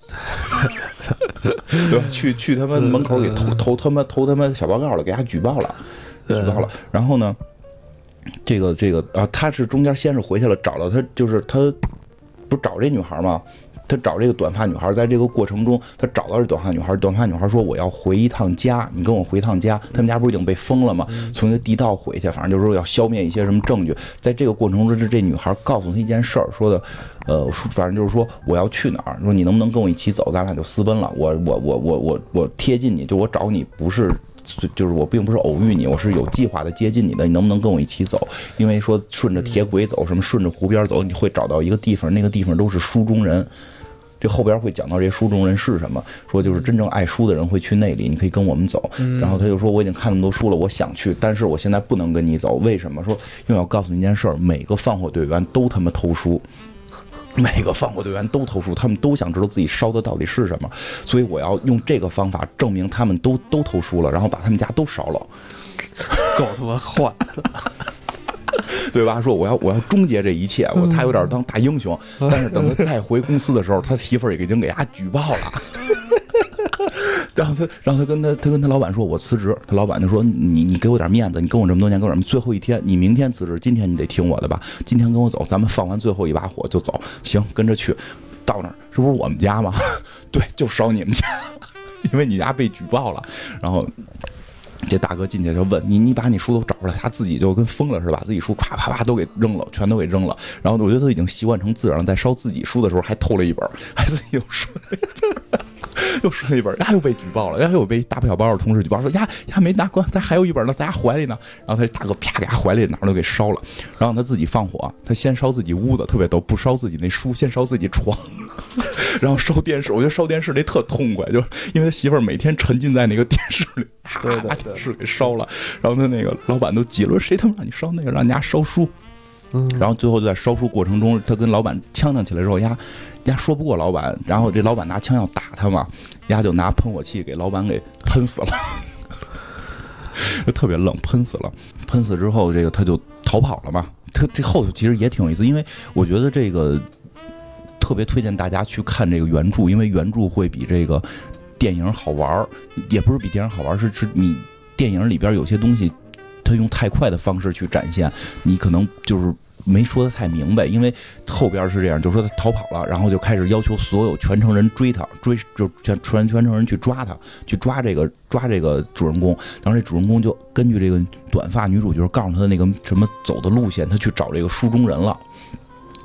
Speaker 3: 对吧？去去他们门口给投投他妈投他妈小报告了，给他举报了，举报了。然后呢，这个这个啊，他是中间先是回去了，找到他，就是他不是找这女孩吗？他找这个短发女孩，在这个过程中，他找到这短发女孩，短发女孩说：“我要回一趟家，你跟我回趟家。”他们家不是已经被封了吗？从一个地道回去，反正就是说要消灭一些什么证据。在这个过程中，这这女孩告诉他一件事儿，说的，呃，反正就是说我要去哪儿，说你能不能跟我一起走，咱俩就私奔了。我我我我我我贴近你，就我找你不是。就是我并不是偶遇你，我是有计划的接近你的，你能不能跟我一起走？因为说顺着铁轨走，什么顺着湖边走，你会找到一个地方，那个地方都是书中人。这后边会讲到这些书中人是什么，说就是真正爱书的人会去那里，你可以跟我们走。然后他就说我已经看那么多书了，我想去，但是我现在不能跟你走，为什么？说因为我要告诉你一件事儿，每个放火队员都他妈偷书。每个放火队员都投书，他们都想知道自己烧的到底是什么，所以我要用这个方法证明他们都都投书了，然后把他们家都烧了，
Speaker 2: 够他妈坏，
Speaker 3: 对吧？说我要我要终结这一切，我他有点当大英雄，但是等他再回公司的时候，他媳妇儿也已经给他举报了。然后他，然后他跟他，他跟他老板说：“我辞职。”他老板就说：“你你给我点面子，你跟我这么多年，给我点最后一天，你明天辞职，今天你得听我的吧？今天跟我走，咱们放完最后一把火就走。行，跟着去。到那儿是不是我们家吗？对，就烧你们家，因为你家被举报了。然后这大哥进去就问你，你把你书都找出来，他自己就跟疯了似的，把自己书咵啪啪都给扔了，全都给扔了。然后我觉得他已经习惯成自然了，在烧自己书的时候还偷了一本，还自己又说了一本。又说了一本，呀又被举报了，呀又被大不小包的同事举报说呀呀没拿关，咱还有一本呢，在家怀里呢。然后他大哥啪给他怀里哪儿都给烧了，然后他自己放火，他先烧自己屋子，特别逗，不烧自己那书，先烧自己床，然后烧电视。我觉得烧电视那特痛快，就因为他媳妇儿每天沉浸在那个电视里，啊把电视给烧了。然后他那个老板都急了，谁他妈让你烧那个，让人家烧书。然后最后就在烧书过程中，他跟老板呛呛起来之后，丫丫说不过老板，然后这老板拿枪要打他嘛，丫就拿喷火器给老板给喷死了，就特别冷，喷死了。喷死之后，这个他就逃跑了嘛。他这后头其实也挺有意思，因为我觉得这个特别推荐大家去看这个原著，因为原著会比这个电影好玩，也不是比电影好玩，是是你电影里边有些东西，他用太快的方式去展现，你可能就是没说的太明白，因为后边是这样，就是说他逃跑了，然后就开始要求所有全城人追他，追就全全全城人去抓他，去抓这个抓这个主人公。然后这主人公就根据这个短发女主角告诉他的那个什么走的路线，他去找这个书中人了。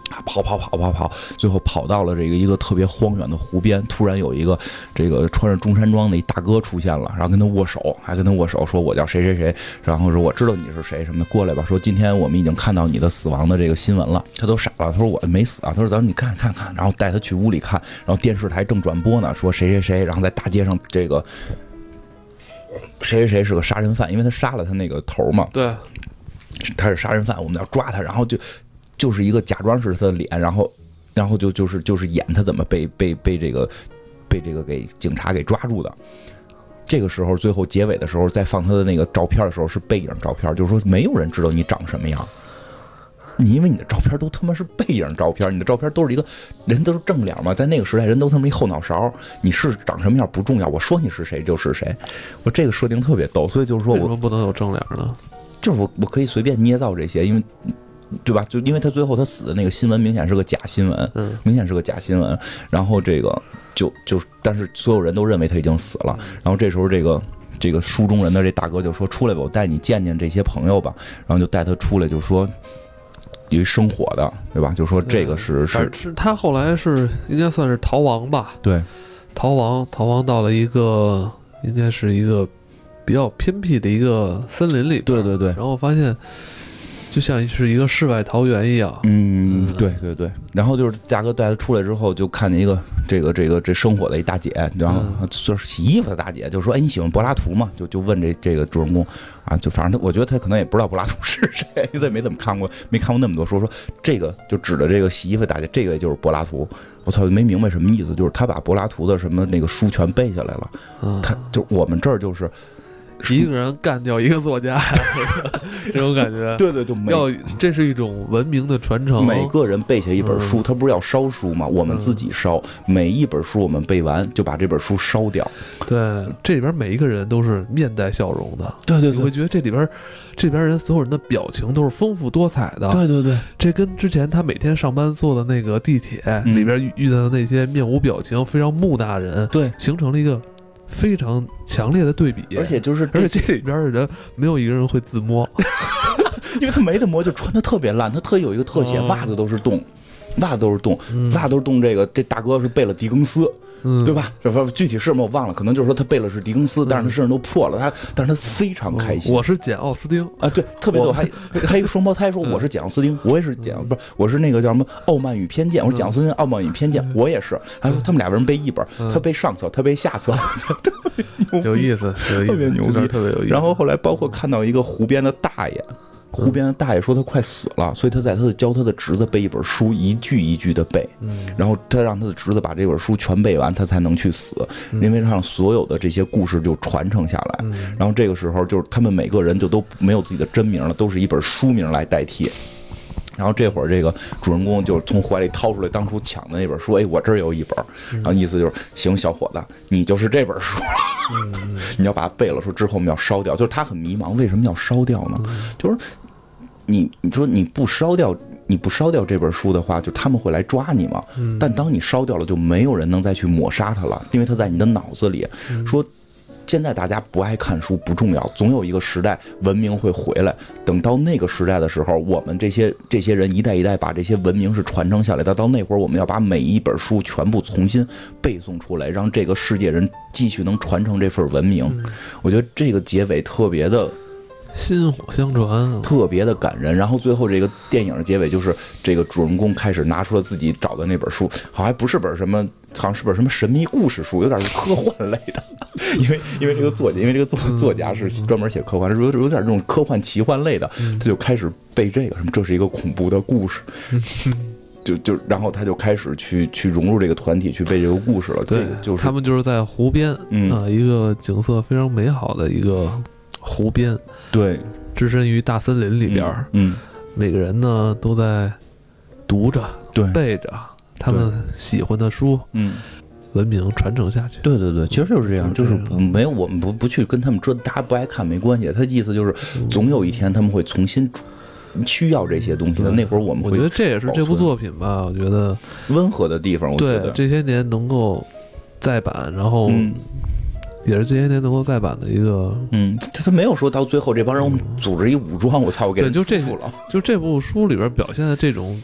Speaker 3: 跑跑跑跑跑，最后跑到了这个一个特别荒远的湖边，突然有一个这个穿着中山装的一大哥出现了，然后跟他握手，还跟他握手说我叫谁谁谁，然后说我知道你是谁什么的，过来吧，说今天我们已经看到你的死亡的这个新闻了。他都傻了，他说我没死啊，他说咱你看看看，然后带他去屋里看，然后电视台正转播呢，说谁谁谁，然后在大街上这个谁谁谁是个杀人犯，因为他杀了他那个头嘛，
Speaker 2: 对，
Speaker 3: 他是杀人犯，我们要抓他，然后就。就是一个假装是他的脸，然后，然后就就是就是演他怎么被被被这个被这个给警察给抓住的。这个时候，最后结尾的时候，再放他的那个照片的时候是背影照片，就是说没有人知道你长什么样。你因为你的照片都他妈是背影照片，你的照片都是一个人都是正脸嘛，在那个时代人都他妈一后脑勺，你是长什么样不重要，我说你是谁就是谁。我这个设定特别逗，所以就是说我
Speaker 2: 为什么不能有正脸呢？
Speaker 3: 就是我我可以随便捏造这些，因为。对吧？就因为他最后他死的那个新闻明显是个假新闻，嗯，明显是个假新闻。然后这个就就，但是所有人都认为他已经死了。然后这时候这个这个书中人的这大哥就说：“出来吧，我带你见见这些朋友吧。”然后就带他出来，就说有一生火的，对吧？就说这个是是
Speaker 2: 是他后来是应该算是逃亡吧？
Speaker 3: 对，
Speaker 2: 逃亡逃亡到了一个应该是一个比较偏僻的一个森林里，
Speaker 3: 对对对，
Speaker 2: 然后发现。就像是一个世外桃源一样，
Speaker 3: 嗯，对对对。然后就是大哥带他出来之后，就看见一个这个这个这生火的一大姐，然后就是洗衣服的大姐，就说：“哎，你喜欢柏拉图吗？”就就问这这个主人公啊，就反正他，我觉得他可能也不知道柏拉图是谁，因为他也没怎么看过，没看过那么多书。说这个就指着这个洗衣服大姐，这个就是柏拉图。我操，没明白什么意思，就是他把柏拉图的什么那个书全背下来了。嗯、他就我们这儿就是。
Speaker 2: 一个人干掉一个作家，这种感觉。
Speaker 3: 对对对，
Speaker 2: 要这是一种文明的传承。
Speaker 3: 每个人背下一本书，嗯、他不是要烧书吗？我们自己烧，嗯、每一本书我们背完就把这本书烧掉。
Speaker 2: 对，这里边每一个人都是面带笑容的。
Speaker 3: 对对对，
Speaker 2: 你会觉得这里边这边人所有人的表情都是丰富多彩的。
Speaker 3: 对对对，
Speaker 2: 这跟之前他每天上班坐的那个地铁、嗯、里边遇到的那些面无表情、非常木讷的人，
Speaker 3: 对，
Speaker 2: 形成了一个。非常强烈的对比，
Speaker 3: 而且就是
Speaker 2: 而且这里边的人没有一个人会自摸，
Speaker 3: 因为他没得摸，就穿的特别烂，他特意有一个特写，袜子都是洞，袜子都是洞，袜子都是洞。这个这大哥是背了狄更斯，嗯、对吧？这具体是什么我忘了，可能就是说他背了是狄更斯，但是他身上都破了，他但是他非常开心。
Speaker 2: 我是简奥斯汀
Speaker 3: 啊，对，特别逗，还还一个双胞胎说我是简奥斯汀，我也是简，不是我是那个叫什么《傲慢与偏见》，我是简奥斯汀《傲慢与偏见》，我也是。他说他们俩人背一本，他背上册，他背下册，
Speaker 2: 有意思，
Speaker 3: 特别牛逼，
Speaker 2: 特别有意思。
Speaker 3: 然后后来包括看到一个湖边的大爷。湖边的大爷说他快死了，所以他在他的教他的侄子背一本书，一句一句的背，然后他让他的侄子把这本书全背完，他才能去死，因为让所有的这些故事就传承下来。然后这个时候就是他们每个人就都没有自己的真名了，都是一本书名来代替。然后这会儿这个主人公就从怀里掏出来当初抢的那本书，哎，我这儿有一本，然后意思就是行，小伙子，你就是这本书，你要把它背了，说之后我们要烧掉。就是他很迷茫，为什么要烧掉呢？就是你你说你不烧掉，你不烧掉这本书的话，就他们会来抓你嘛。但当你烧掉了，就没有人能再去抹杀它了，因为它在你的脑子里。说现在大家不爱看书不重要，总有一个时代文明会回来。等到那个时代的时候，我们这些这些人一代一代把这些文明是传承下来的。到那会儿，我们要把每一本书全部重新背诵出来，让这个世界人继续能传承这份文明。嗯、我觉得这个结尾特别的。
Speaker 2: 薪火相传，
Speaker 3: 特别的感人。然后最后这个电影的结尾就是这个主人公开始拿出了自己找的那本书，好像不是本什么，好像是本什么神秘故事书，有点是科幻类的。因为因为这个作家，因为这个作作家是专门写科幻，有有点这种科幻奇幻类的，他就开始背这个什么，这是一个恐怖的故事。就就然后他就开始去去融入这个团体，去背这个故事了。
Speaker 2: 对，
Speaker 3: 这个就是
Speaker 2: 他们就是在湖边，
Speaker 3: 嗯
Speaker 2: 啊，一个景色非常美好的一个。湖边，
Speaker 3: 对，
Speaker 2: 置身于大森林里边，
Speaker 3: 嗯，嗯
Speaker 2: 每个人呢都在读着，
Speaker 3: 对，
Speaker 2: 背着他们喜欢的书，
Speaker 3: 嗯，
Speaker 2: 文明传承下去。
Speaker 3: 对对对，其实就是这样，就是没有我们不不去跟他们说，大家不爱看没关系。他意思就是，总有一天他们会重新需要这些东西的。那会儿我们会，
Speaker 2: 我觉得这也是这部作品吧，我觉得
Speaker 3: 温和的地方。我觉得
Speaker 2: 对这些年能够再版，然后。嗯也是这些年能够再版的一个，
Speaker 3: 嗯，他他没有说到最后这帮人组织一武装，我操，我给人
Speaker 2: 就这
Speaker 3: 了。
Speaker 2: 就这部书里边表现的这种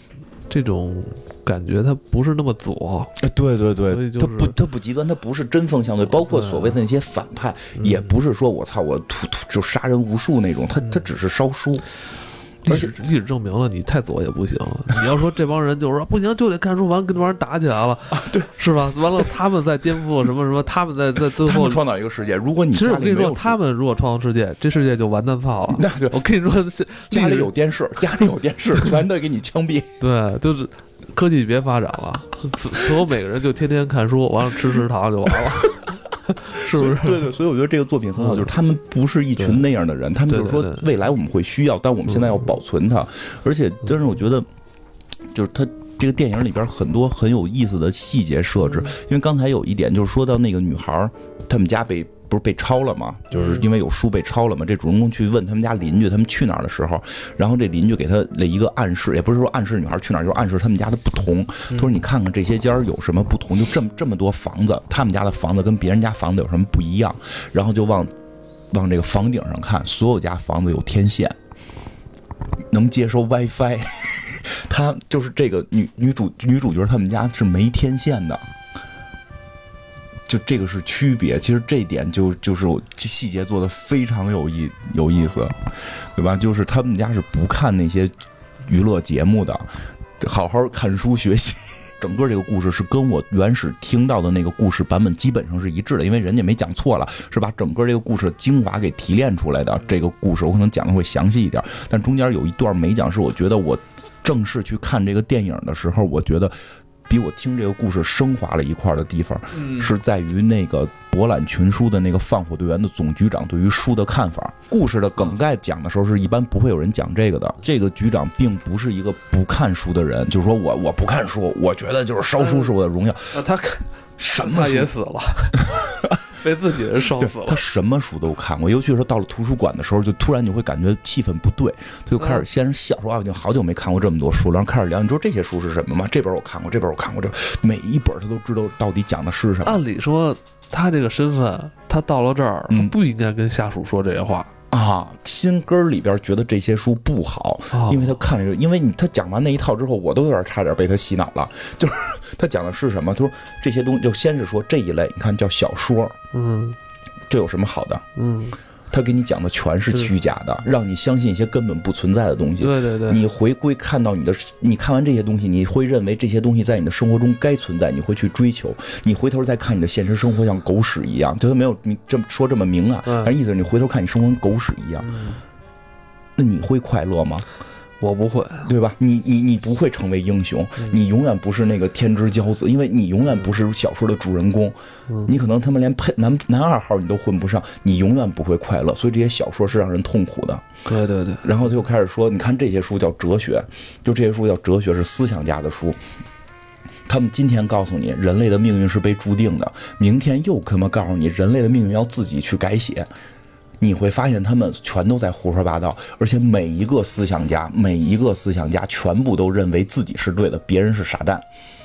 Speaker 2: 这种感觉它不是那么左。
Speaker 3: 对对对，
Speaker 2: 所以就是
Speaker 3: 它不它不极端，它不是针锋相对，包括所谓的那些反派，也不是说我操我突突就杀人无数那种，它它只是烧书。
Speaker 2: 历史历史证明了，你太左也不行。你要说这帮人就是说不行，就得看书，完了跟这帮人打起来了，啊、
Speaker 3: 对，
Speaker 2: 是吧？完了，他们在颠覆什么什么，他们在在最后
Speaker 3: 创造一个世界。如果你
Speaker 2: 其实我跟你说，他们如果创造世界，这世界就完蛋炮了。
Speaker 3: 那就
Speaker 2: 我跟你说，
Speaker 3: 家里有电视，家里有电视，全都给你枪毙。
Speaker 2: 对，就是科技别发展了，所有每个人就天天看书，完了吃食堂就完了。是不是？
Speaker 3: 对对，所以我觉得这个作品很好，就是他们不是一群那样的人，他们就是说未来我们会需要，但我们现在要保存它。而且，真是我觉得，就是他这个电影里边很多很有意思的细节设置。因为刚才有一点就是说到那个女孩，他们家被不是被抄了吗？就是因为有书被抄了嘛。这主人公去问他们家邻居他们去哪儿的时候，然后这邻居给他了一个暗示，也不是说暗示女孩去哪儿，就是暗示他们家的不同。他说你看看这些家有什么不同，就这么这么多房子，他们家的房子跟别人家房子有什么不一样？然后就往往这个房顶上看，所有家房子有天线，能接收 WiFi。他就是这个女女主女主角他们家是没天线的。就这个是区别，其实这一点就就是细节做的非常有意有意思，对吧？就是他们家是不看那些娱乐节目的，好好看书学习。整个这个故事是跟我原始听到的那个故事版本基本上是一致的，因为人家没讲错了，是把整个这个故事的精华给提炼出来的。这个故事我可能讲的会详细一点，但中间有一段没讲，是我觉得我正式去看这个电影的时候，我觉得比我听这个故事升华了一块的地方，是在于那个博览群书的那个放火队员的总局长对于书的看法。故事的梗概讲的时候是一般不会有人讲这个的。这个局长并不是一个不看书的人，就是说我我不看书，我觉得就是烧书是我的荣耀。
Speaker 2: 那他
Speaker 3: 什么
Speaker 2: 他也死了。被自己人烧死了。
Speaker 3: 他什么书都看过，尤其是到了图书馆的时候，就突然就会感觉气氛不对，他就开始先是笑说啊，已经好久没看过这么多书了，然后开始聊，你知道这些书是什么吗？这本我看过，这本我看过，这每一本他都知道到底讲的是什么。
Speaker 2: 按理说他这个身份，他到了这儿，他不应该跟下属说这些话。
Speaker 3: 啊，心根里边觉得这些书不好，哦、因为他看了，因为你他讲完那一套之后，我都有点差点被他洗脑了。就是他讲的是什么？他说这些东西，就先是说这一类，你看叫小说，
Speaker 2: 嗯，
Speaker 3: 这有什么好的？
Speaker 2: 嗯，
Speaker 3: 他给你讲的全是虚假的，让你相信一些根本不存在的东西。
Speaker 2: 对对对，
Speaker 3: 你回归看到你的，你看完这些东西，你会认为这些东西在你的生活中该存在，你会去追求。你回头再看你的现实生活像狗屎一样，就他没有你这么说这么明啊，
Speaker 2: 嗯、
Speaker 3: 但意思是你回头看你生活跟狗屎一样，
Speaker 2: 嗯、
Speaker 3: 那你会快乐吗？
Speaker 2: 我不会，
Speaker 3: 对吧？你你你不会成为英雄，
Speaker 2: 嗯、
Speaker 3: 你永远不是那个天之骄子，因为你永远不是小说的主人公，
Speaker 2: 嗯、
Speaker 3: 你可能他们连配男男二号你都混不上，你永远不会快乐。所以这些小说是让人痛苦的。
Speaker 2: 对对对。
Speaker 3: 然后他就开始说，你看这些书叫哲学，就这些书叫哲学，是思想家的书。他们今天告诉你人类的命运是被注定的，明天又他妈告诉你人类的命运要自己去改写。你会发现他们全都在胡说八道，而且每一个思想家，每一个思想家全部都认为自己是对的，别人是傻蛋。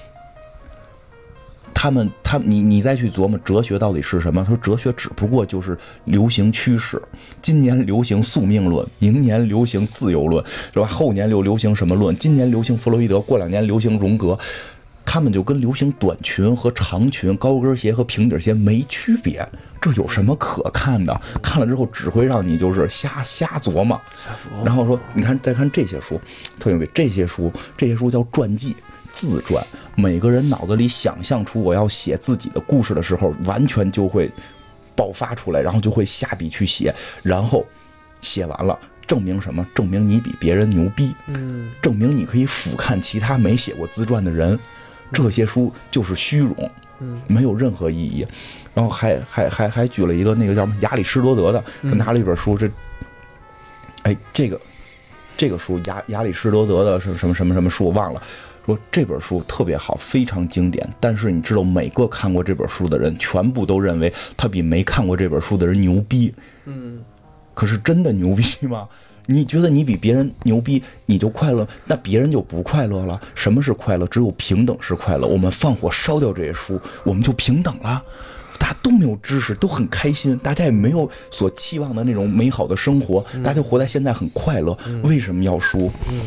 Speaker 3: 他们，他你你再去琢磨哲学到底是什么？他说哲学只不过就是流行趋势，今年流行宿命论，明年流行自由论，是吧？后年又流行什么论？今年流行弗洛伊德，过两年流行荣格。他们就跟流行短裙和长裙、高跟鞋和平底鞋没区别，这有什么可看的？看了之后只会让你就是瞎瞎琢磨。然后说，你看再看这些书，特别这些书，这些书叫传记、自传。每个人脑子里想象出我要写自己的故事的时候，完全就会爆发出来，然后就会下笔去写，然后写完了。证明什么？证明你比别人牛逼。
Speaker 2: 嗯，
Speaker 3: 证明你可以俯瞰其他没写过自传的人。这些书就是虚荣，没有任何意义。然后还还还还举了一个那个叫什么亚里士多德的，拿了一本书，这，哎，这个这个书亚亚里士多德的是什么什么什么书我忘了，说这本书特别好，非常经典。但是你知道，每个看过这本书的人，全部都认为他比没看过这本书的人牛逼。
Speaker 2: 嗯，
Speaker 3: 可是真的牛逼吗？你觉得你比别人牛逼，你就快乐，那别人就不快乐了。什么是快乐？只有平等是快乐。我们放火烧掉这些书，我们就平等了。大家都没有知识，都很开心，大家也没有所期望的那种美好的生活，大家就活在现在很快乐。为什么要输？
Speaker 2: 嗯，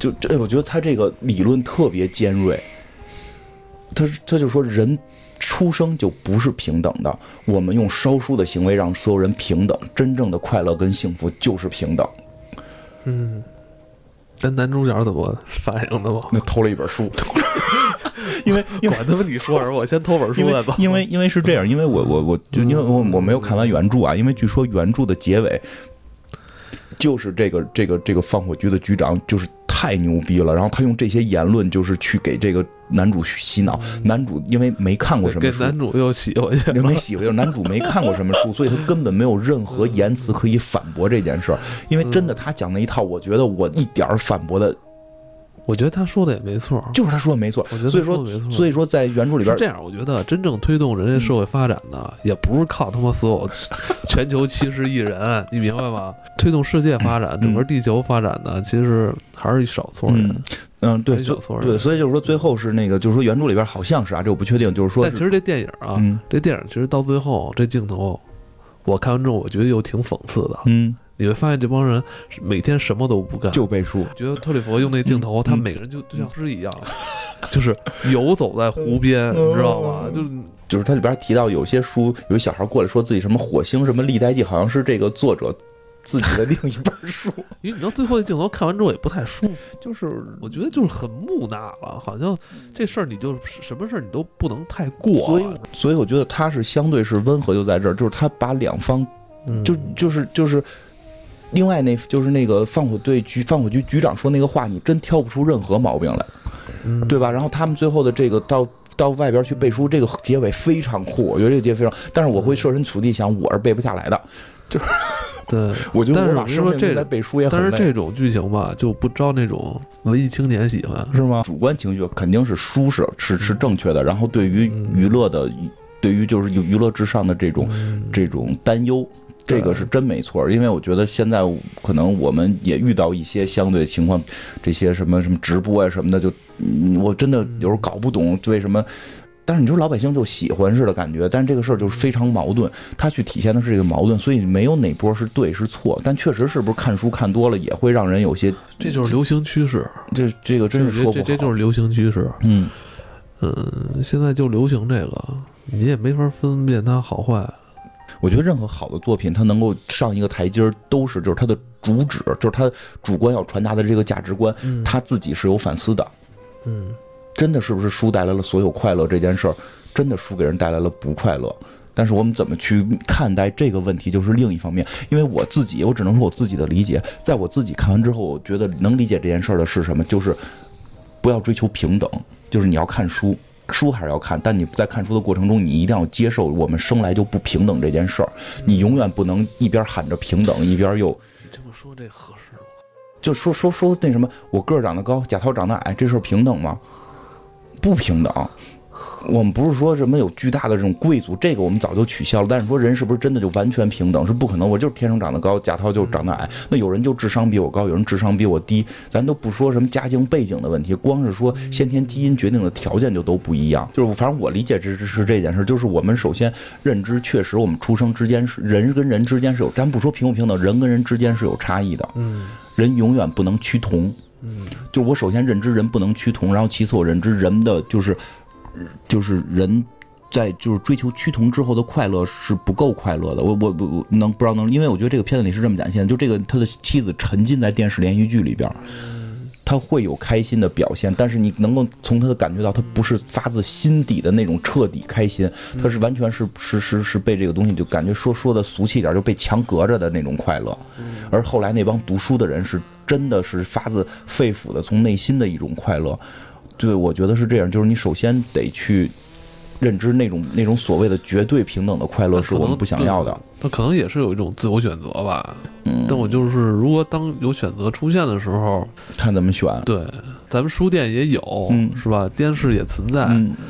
Speaker 3: 就这，我觉得他这个理论特别尖锐。他他就说人出生就不是平等的，我们用稍疏的行为让所有人平等，真正的快乐跟幸福就是平等。
Speaker 2: 嗯，但男主角怎么反应的吗？
Speaker 3: 那偷了一本书。因为因为
Speaker 2: 管他们你说什么，我先偷本书再走。
Speaker 3: 因为因为是这样，因为我我我就因为我我没有看完原著啊，因为据说原著的结尾就是这个这个这个放火局的局长就是太牛逼了，然后他用这些言论就是去给这个男主洗脑。男主因为没看过什么书，
Speaker 2: 给男主又洗回去了，
Speaker 3: 没洗回去。男主没看过什么书，所以他根本没有任何言辞可以反驳这件事儿。因为真的他讲那一套，我觉得我一点反驳的。
Speaker 2: 我觉得他说的也没错，
Speaker 3: 就是他说的没错。
Speaker 2: 我觉得
Speaker 3: 所以说，所以说在原著里边
Speaker 2: 是这样，我觉得真正推动人类社会发展的，嗯、也不是靠他妈所有全球七十亿人，你明白吗？推动世界发展、嗯、整个地球发展的，其实还是一少撮人。
Speaker 3: 嗯嗯，对，对，所以就是说，最后是那个，就是说原著里边好像是啊，这我不确定，就是说，
Speaker 2: 但其实这电影啊，嗯、这电影其实到最后这镜头，我看完之后，我觉得又挺讽刺的。嗯。你会发现这帮人每天什么都不干，
Speaker 3: 就背书。
Speaker 2: 我觉得特里弗用那镜头，嗯、他每个人就就像诗一样，嗯、就是游走在湖边，嗯、你知道吗？就是
Speaker 3: 就是他里边提到有些书，有小孩过来说自己什么火星什么历代记，好像是这个作者自己的另一本书。
Speaker 2: 因为你知道最后的镜头看完之后也不太舒服，就是我觉得就是很木讷了，好像这事儿你就什么事儿你都不能太过。
Speaker 3: 所以所以我觉得他是相对是温和，就在这儿，就是他把两方，嗯、就就是就是。另外那就是那个放火队局放火局局长说那个话，你真挑不出任何毛病来，嗯、对吧？然后他们最后的这个到到外边去背书，这个结尾非常酷，我觉得这个结尾非常。但是我会设身处地想，我是背不下来的，就是
Speaker 2: 对，
Speaker 3: 我觉得我把生命用来背书也很累。
Speaker 2: 但是这种剧情吧，就不招那种文艺青年喜欢，
Speaker 3: 是吗？主观情绪肯定是舒适，是是正确的。然后对于娱乐的，嗯、对于就是娱乐至上的这种、嗯、这种担忧。这个是真没错，因为我觉得现在可能我们也遇到一些相对情况，这些什么什么直播啊什么的，就、嗯、我真的有时候搞不懂为什么。但是你说老百姓就喜欢似的感觉，但是这个事儿就是非常矛盾，他去体现的是这个矛盾，所以没有哪波是对是错，但确实是不是看书看多了也会让人有些，
Speaker 2: 这就是流行趋势，
Speaker 3: 这这个真是说不好，
Speaker 2: 这这就是流行趋势，
Speaker 3: 嗯
Speaker 2: 嗯，现在就流行这个，你也没法分辨它好坏。
Speaker 3: 我觉得任何好的作品，它能够上一个台阶，都是就是它的主旨，就是它主观要传达的这个价值观，嗯、他自己是有反思的。
Speaker 2: 嗯，
Speaker 3: 真的是不是书带来了所有快乐这件事儿，真的书给人带来了不快乐？但是我们怎么去看待这个问题，就是另一方面。因为我自己，我只能说我自己的理解，在我自己看完之后，我觉得能理解这件事儿的是什么，就是不要追求平等，就是你要看书。书还是要看，但你在看书的过程中，你一定要接受我们生来就不平等这件事儿。你永远不能一边喊着平等，一边又……
Speaker 2: 你这么说这合适吗？
Speaker 3: 就说说说那什么，我个儿长得高，贾涛长得矮，这事儿平等吗？不平等。我们不是说什么有巨大的这种贵族，这个我们早就取消了。但是说人是不是真的就完全平等，是不可能。我就是天生长得高，贾涛就长得矮。那有人就智商比我高，有人智商比我低，咱都不说什么家境背景的问题，光是说先天基因决定的条件就都不一样。就是反正我理解这是这件事，就是我们首先认知，确实我们出生之间是人跟人之间是有，咱不说平不平等，人跟人之间是有差异的。
Speaker 2: 嗯，
Speaker 3: 人永远不能趋同。
Speaker 2: 嗯，
Speaker 3: 就是我首先认知人不能趋同，然后其次我认知人的就是。就是人在就是追求趋同之后的快乐是不够快乐的。我我我能不知道能，因为我觉得这个片子里是这么展现，就这个他的妻子沉浸在电视连续剧里边，他会有开心的表现，但是你能够从他的感觉到他不是发自心底的那种彻底开心，他是完全是是是是被这个东西就感觉说说的俗气一点，就被墙隔着的那种快乐。而后来那帮读书的人是真的是发自肺腑的从内心的一种快乐。对，我觉得是这样，就是你首先得去认知那种那种所谓的绝对平等的快乐是我们不想要的。
Speaker 2: 它可能也是有一种自由选择吧。
Speaker 3: 嗯，
Speaker 2: 但我就是如果当有选择出现的时候，
Speaker 3: 看怎么选。
Speaker 2: 对，咱们书店也有，
Speaker 3: 嗯、
Speaker 2: 是吧？电视也存在。
Speaker 3: 嗯，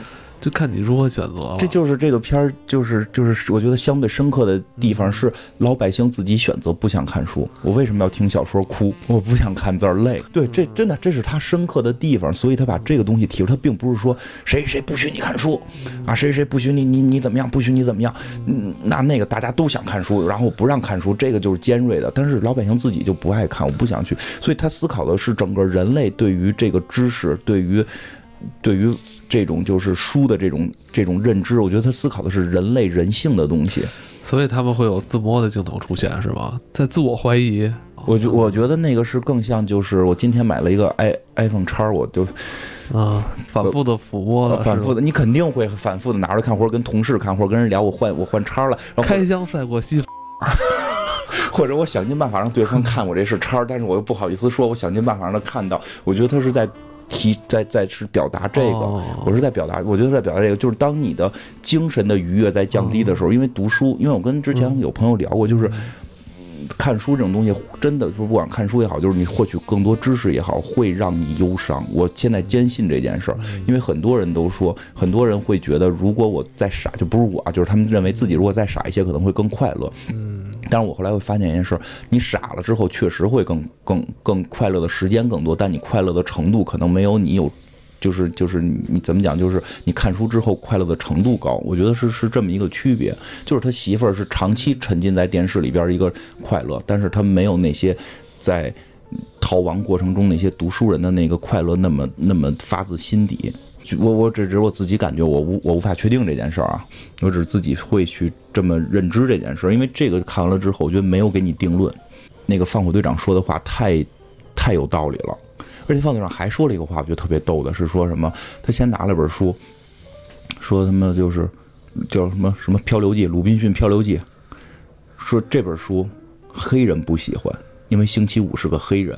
Speaker 2: 就看你如何选择了。
Speaker 3: 这就是这个片儿，就是就是我觉得相对深刻的地方是老百姓自己选择不想看书。我为什么要听小说哭？我不想看字儿累。对，这真的这是他深刻的地方，所以他把这个东西提出，他并不是说谁谁不许你看书啊，谁谁不许你你你怎么样，不许你怎么样。嗯，那那个大家都想看书，然后不让看书，这个就是尖锐的。但是老百姓自己就不爱看，我不想去，所以他思考的是整个人类对于这个知识，对于。对于这种就是书的这种这种认知，我觉得他思考的是人类人性的东西，
Speaker 2: 所以他们会有自摸的镜头出现，是吗？在自我怀疑。
Speaker 3: 我觉我觉得那个是更像，就是我今天买了一个 i iPhone 叉，我就
Speaker 2: 啊反复的抚摸了，
Speaker 3: 反复的，你肯定会反复的拿出来看，或者跟同事看，或者跟人聊，我换我换叉了，然后
Speaker 2: 开箱赛过西。
Speaker 3: 或者我想尽办法让对方看我这是叉，但是我又不好意思说，我想尽办法让他看到。我觉得他是在。提在在是表达这个，
Speaker 2: 哦、
Speaker 3: 我是在表达，我觉得在表达这个，就是当你的精神的愉悦在降低的时候，哦、因为读书，因为我跟之前有朋友聊过，就是、嗯、看书这种东西，真的不管看书也好，就是你获取更多知识也好，会让你忧伤。我现在坚信这件事儿，因为很多人都说，很多人会觉得，如果我再傻，就不是我啊，就是他们认为自己如果再傻一些，可能会更快乐。嗯。但是我后来会发现一件事，你傻了之后确实会更更更快乐的时间更多，但你快乐的程度可能没有你有，就是就是你怎么讲，就是你看书之后快乐的程度高。我觉得是是这么一个区别，就是他媳妇儿是长期沉浸在电视里边一个快乐，但是他没有那些在逃亡过程中那些读书人的那个快乐那么那么发自心底。我我只是我自己感觉我无我无法确定这件事儿啊，我只是自己会去这么认知这件事儿，因为这个看完了之后，我觉得没有给你定论。那个放火队长说的话太太有道理了，而且放队长还说了一个话，我觉得特别逗的是说什么，他先拿了本书，说他妈就是叫什么什么漂流记，鲁滨逊漂流记，说这本书黑人不喜欢，因为星期五是个黑人。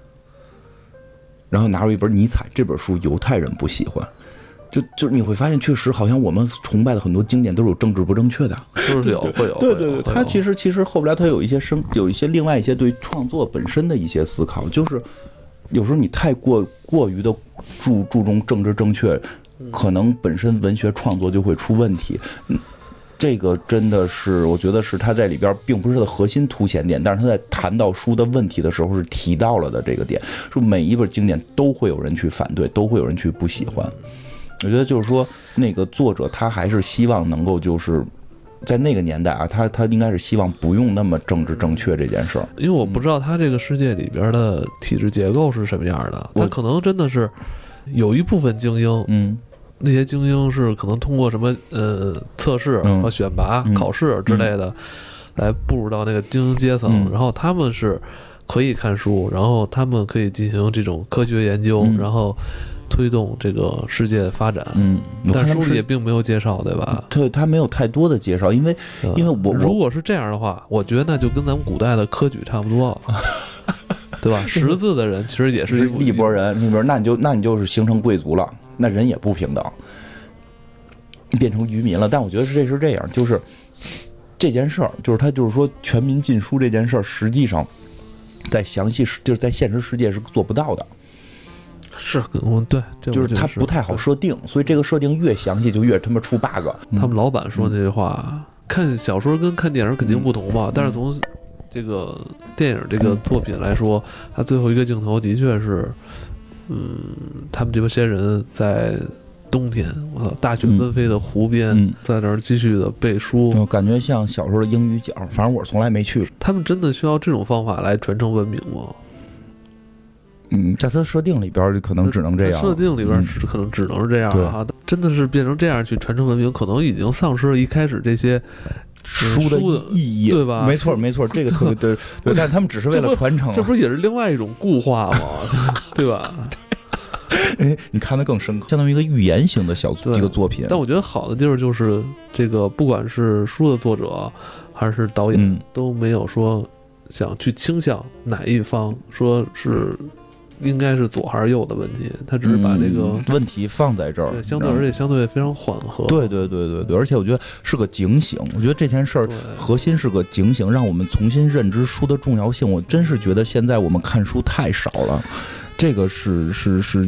Speaker 3: 然后拿出一本尼采这本书，犹太人不喜欢，就就你会发现，确实好像我们崇拜的很多经典都是有政治不正确的，
Speaker 2: 都是有会有。
Speaker 3: 对对对，他其实其实后来他有一些生有一些另外一些对创作本身的一些思考，就是有时候你太过过于的注注重政治正确，可能本身文学创作就会出问题。嗯。这个真的是，我觉得是他在里边并不是他的核心凸显点，但是他在谈到书的问题的时候是提到了的这个点，说每一本经典都会有人去反对，都会有人去不喜欢。我觉得就是说，那个作者他还是希望能够就是在那个年代啊，他他应该是希望不用那么政治正确这件事儿，
Speaker 2: 因为我不知道他这个世界里边的体制结构是什么样的，他可能真的是有一部分精英，嗯。那些精英是可能通过什么呃测试和选拔、嗯、考试之类的、嗯、来步入到那个精英阶层、嗯、然后他们是可以看书，然后他们可以进行这种科学研究、嗯、然后推动这个世界发展。嗯，但书里也并没有介绍，对吧？
Speaker 3: 对，他没有太多的介绍，因为因为我
Speaker 2: 如果是这样的话，我觉得那就跟咱们古代的科举差不多对吧？识字的人其实也是
Speaker 3: 一拨人，一拨人，那你就那你就是形成贵族了。那人也不平等，变成渔民了。但我觉得是这是这样，就是这件事儿，就是他就是说全民禁书这件事儿，实际上在详细就是在现实世界是做不到的。
Speaker 2: 是，嗯，对，
Speaker 3: 就是他不太好设定，所以这个设定越详细就越他妈出 bug。
Speaker 2: 他们老板说那句话，嗯、看小说跟看电影肯定不同吧？嗯、但是从这个电影这个作品来说，他最后一个镜头的确是。嗯，他们这帮仙人在冬天，我操，大雪纷飞的湖边，嗯、在那儿继续的背书，
Speaker 3: 我感觉像小时候的英语角，反正我从来没去过。
Speaker 2: 他们真的需要这种方法来传承文明吗？
Speaker 3: 嗯，在他设定里边可能只能这样，
Speaker 2: 设定里边是可能只能是这样啊、嗯，真的是变成这样去传承文明，可能已经丧失了一开始这些。
Speaker 3: 书的意义，
Speaker 2: 对吧？
Speaker 3: 没错，没错，这个特别对，对，但是他们只是为了传承，
Speaker 2: 这不是也是另外一种固化吗？对吧？
Speaker 3: 哎，你看得更深刻，相当于一个寓言型的小一个作品。
Speaker 2: 但我觉得好的地儿就是这个，不管是书的作者还是导演，嗯、都没有说想去倾向哪一方，说是。应该是左还是右的问题，他只是把这个
Speaker 3: 问题放在这儿，
Speaker 2: 对，相对而且相对非常缓和。
Speaker 3: 对对对对对，而且我觉得是个警醒。我觉得这件事儿核心是个警醒，让我们重新认知书的重要性。我真是觉得现在我们看书太少了，这个是是是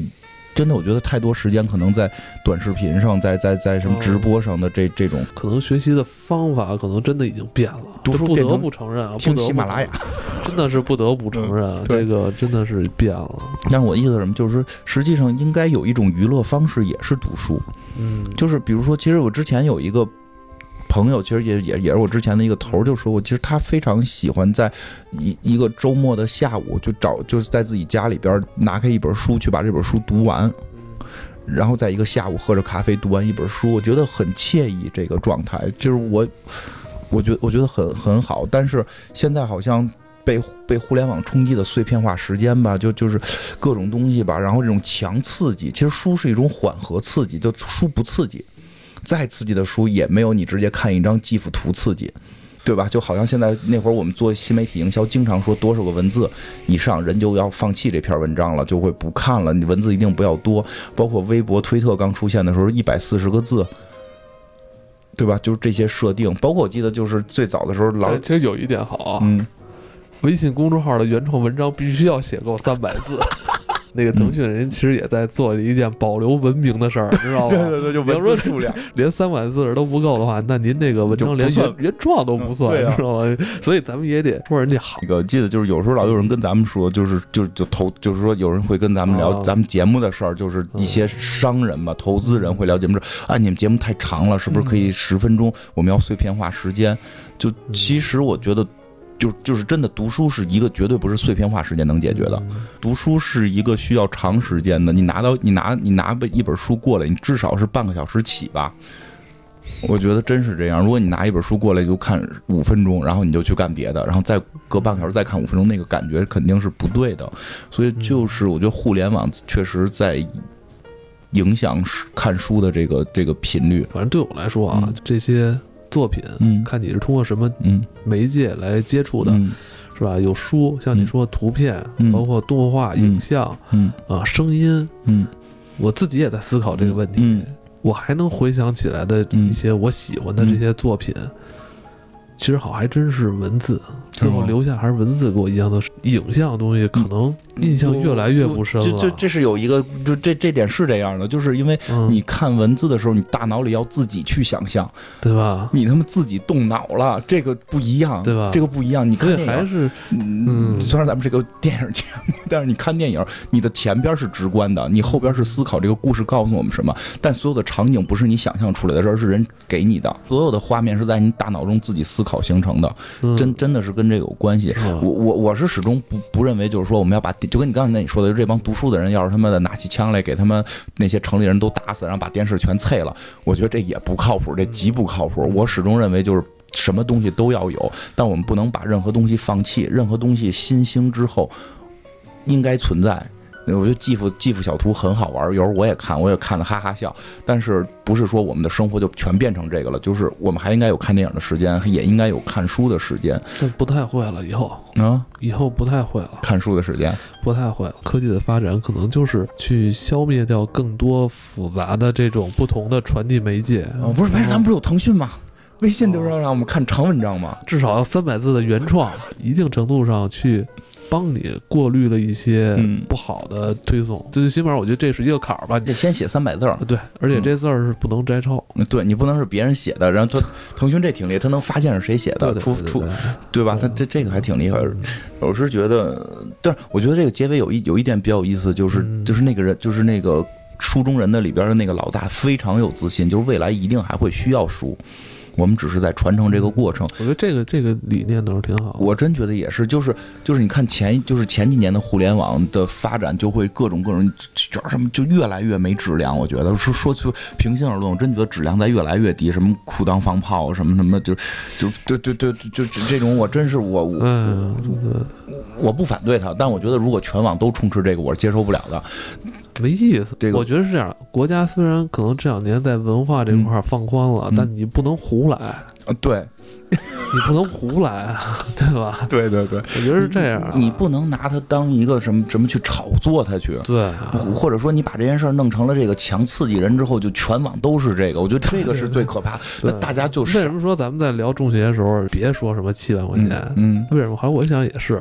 Speaker 3: 真的，我觉得太多时间可能在短视频上，在在在什么直播上的这、哦、这种，
Speaker 2: 可能学习的方法可能真的已经变了。
Speaker 3: 读书
Speaker 2: 不得不承认啊，
Speaker 3: 听喜马拉雅，
Speaker 2: 真的是不得不承认，嗯、这个真的是变了。
Speaker 3: 但是我意思是什么？就是实际上应该有一种娱乐方式，也是读书。
Speaker 2: 嗯，
Speaker 3: 就是比如说，其实我之前有一个朋友，其实也也也是我之前的一个头，就说过，其实他非常喜欢在一一个周末的下午，就找就是在自己家里边拿开一本书，去把这本书读完。然后在一个下午喝着咖啡读完一本书，我觉得很惬意。这个状态就是我，我觉得我觉得很很好。但是现在好像被被互联网冲击的碎片化时间吧，就就是各种东西吧，然后这种强刺激，其实书是一种缓和刺激，就书不刺激，再刺激的书也没有你直接看一张 GIF 图刺激。对吧？就好像现在那会儿我们做新媒体营销，经常说多少个文字以上人就要放弃这篇文章了，就会不看了。你文字一定不要多，包括微博、推特刚出现的时候，一百四十个字，对吧？就是这些设定，包括我记得就是最早的时候老，
Speaker 2: 其实有一点好啊，
Speaker 3: 嗯，
Speaker 2: 微信公众号的原创文章必须要写够三百字。那个腾讯人其实也在做一件保留文明的事儿，知道吗？
Speaker 3: 对对对，就文字数量
Speaker 2: 连三百字都不够的话，那您那个文章连原原创都不算，
Speaker 3: 嗯、
Speaker 2: 知道吗？所以咱们也得说人家好。
Speaker 3: 那个记得就是有时候老有人跟咱们说，就是就就投，就是说有人会跟咱们聊咱们节目的事儿，就是一些商人嘛、投资人会聊节目说啊，你们节目太长了，是不是可以十分钟？我们要碎片化时间。就其实我觉得。就就是真的读书是一个绝对不是碎片化时间能解决的，读书是一个需要长时间的。你拿到你拿你拿一本书过来，你至少是半个小时起吧。我觉得真是这样。如果你拿一本书过来就看五分钟，然后你就去干别的，然后再隔半个小时再看五分钟，那个感觉肯定是不对的。所以就是我觉得互联网确实在影响看书的这个这个频率。
Speaker 2: 反正对我来说啊，嗯、这些。作品，
Speaker 3: 嗯，
Speaker 2: 看你是通过什么媒介来接触的，
Speaker 3: 嗯、
Speaker 2: 是吧？有书，像你说图片，
Speaker 3: 嗯、
Speaker 2: 包括动画、
Speaker 3: 嗯、
Speaker 2: 影像，
Speaker 3: 嗯
Speaker 2: 啊，声音，
Speaker 3: 嗯，
Speaker 2: 我自己也在思考这个问题。
Speaker 3: 嗯、
Speaker 2: 我还能回想起来的一些我喜欢的这些作品，嗯、其实好还真是文字，最后留下还是文字给我印象的。影像的东西可能印象越来越不深了。
Speaker 3: 这这这是有一个，就这这点是这样的，就是因为你看文字的时候，你大脑里要自己去想象，
Speaker 2: 对吧？
Speaker 3: 你他妈自己动脑了，这个不一样，
Speaker 2: 对吧？
Speaker 3: 这个不一样。你看
Speaker 2: 还是
Speaker 3: 嗯，虽然咱们是个电影节目，但是你看电影，你的前边是直观的，你后边是思考这个故事告诉我们什么。但所有的场景不是你想象出来的，而是人给你的。所有的画面是在你大脑中自己思考形成的，真真的是跟这有关系。我我我是始终不不认为就是说我们要把就跟你刚才你说的，这帮读书的人要是他妈的拿起枪来给他们那些城里人都打死，然后把电视全碎了，我觉得这也不靠谱，这极不靠谱。我始终认为就是什么东西都要有，但我们不能把任何东西放弃，任何东西新兴之后应该存在。我觉得继父继父小图很好玩，有时候我也看，我也看得哈哈笑。但是不是说我们的生活就全变成这个了？就是我们还应该有看电影的时间，也应该有看书的时间。
Speaker 2: 这不太会了，以后
Speaker 3: 啊，
Speaker 2: 以后不太会了。
Speaker 3: 看书的时间
Speaker 2: 不太会了。科技的发展可能就是去消灭掉更多复杂的这种不同的传递媒介。
Speaker 3: 哦，不是，没事，咱们不是有腾讯吗？微信都是要让我们看长文章吗？
Speaker 2: 至少要三百字的原创，一定程度上去。帮你过滤了一些不好的推送，最、嗯、起码我觉得这是一个坎儿吧。
Speaker 3: 你得先写三百字儿，
Speaker 2: 对，而且这字儿是不能摘抄，
Speaker 3: 嗯、对你不能是别人写的。然后他腾讯这挺厉害，他能发现是谁写的，出出对吧？他这这个还挺厉害。我是觉得，但是我觉得这个结尾有一有一点比较有意思，就是、嗯、就是那个人，就是那个书中人的里边的那个老大非常有自信，就是未来一定还会需要书。我们只是在传承这个过程，
Speaker 2: 我觉得这个这个理念倒是挺好的。
Speaker 3: 我真觉得也是，就是就是你看前就是前几年的互联网的发展，就会各种各种就什么就越来越没质量。我觉得说说就平心而论，我真觉得质量在越来越低。什么裤裆放炮什么什么，就就对对对，就这种我真是我我、
Speaker 2: 嗯、
Speaker 3: 我不反对它，但我觉得如果全网都充斥这个，我是接受不了的。
Speaker 2: 没意思，
Speaker 3: 这个
Speaker 2: 我觉得是这样。国家虽然可能这两年在文化这块放宽了，
Speaker 3: 嗯、
Speaker 2: 但你不能胡来。
Speaker 3: 嗯、对，
Speaker 2: 你不能胡来，对吧？
Speaker 3: 对对对，
Speaker 2: 我觉得是这样、啊
Speaker 3: 你。你不能拿它当一个什么什么去炒作它去，
Speaker 2: 对、啊，
Speaker 3: 或者说你把这件事弄成了这个强刺激人之后，就全网都是这个。我觉得这个是最可怕。那大家就是
Speaker 2: 为什么说咱们在聊中学的时候，别说什么七万块钱？
Speaker 3: 嗯，
Speaker 2: 为什么？好像我想也是。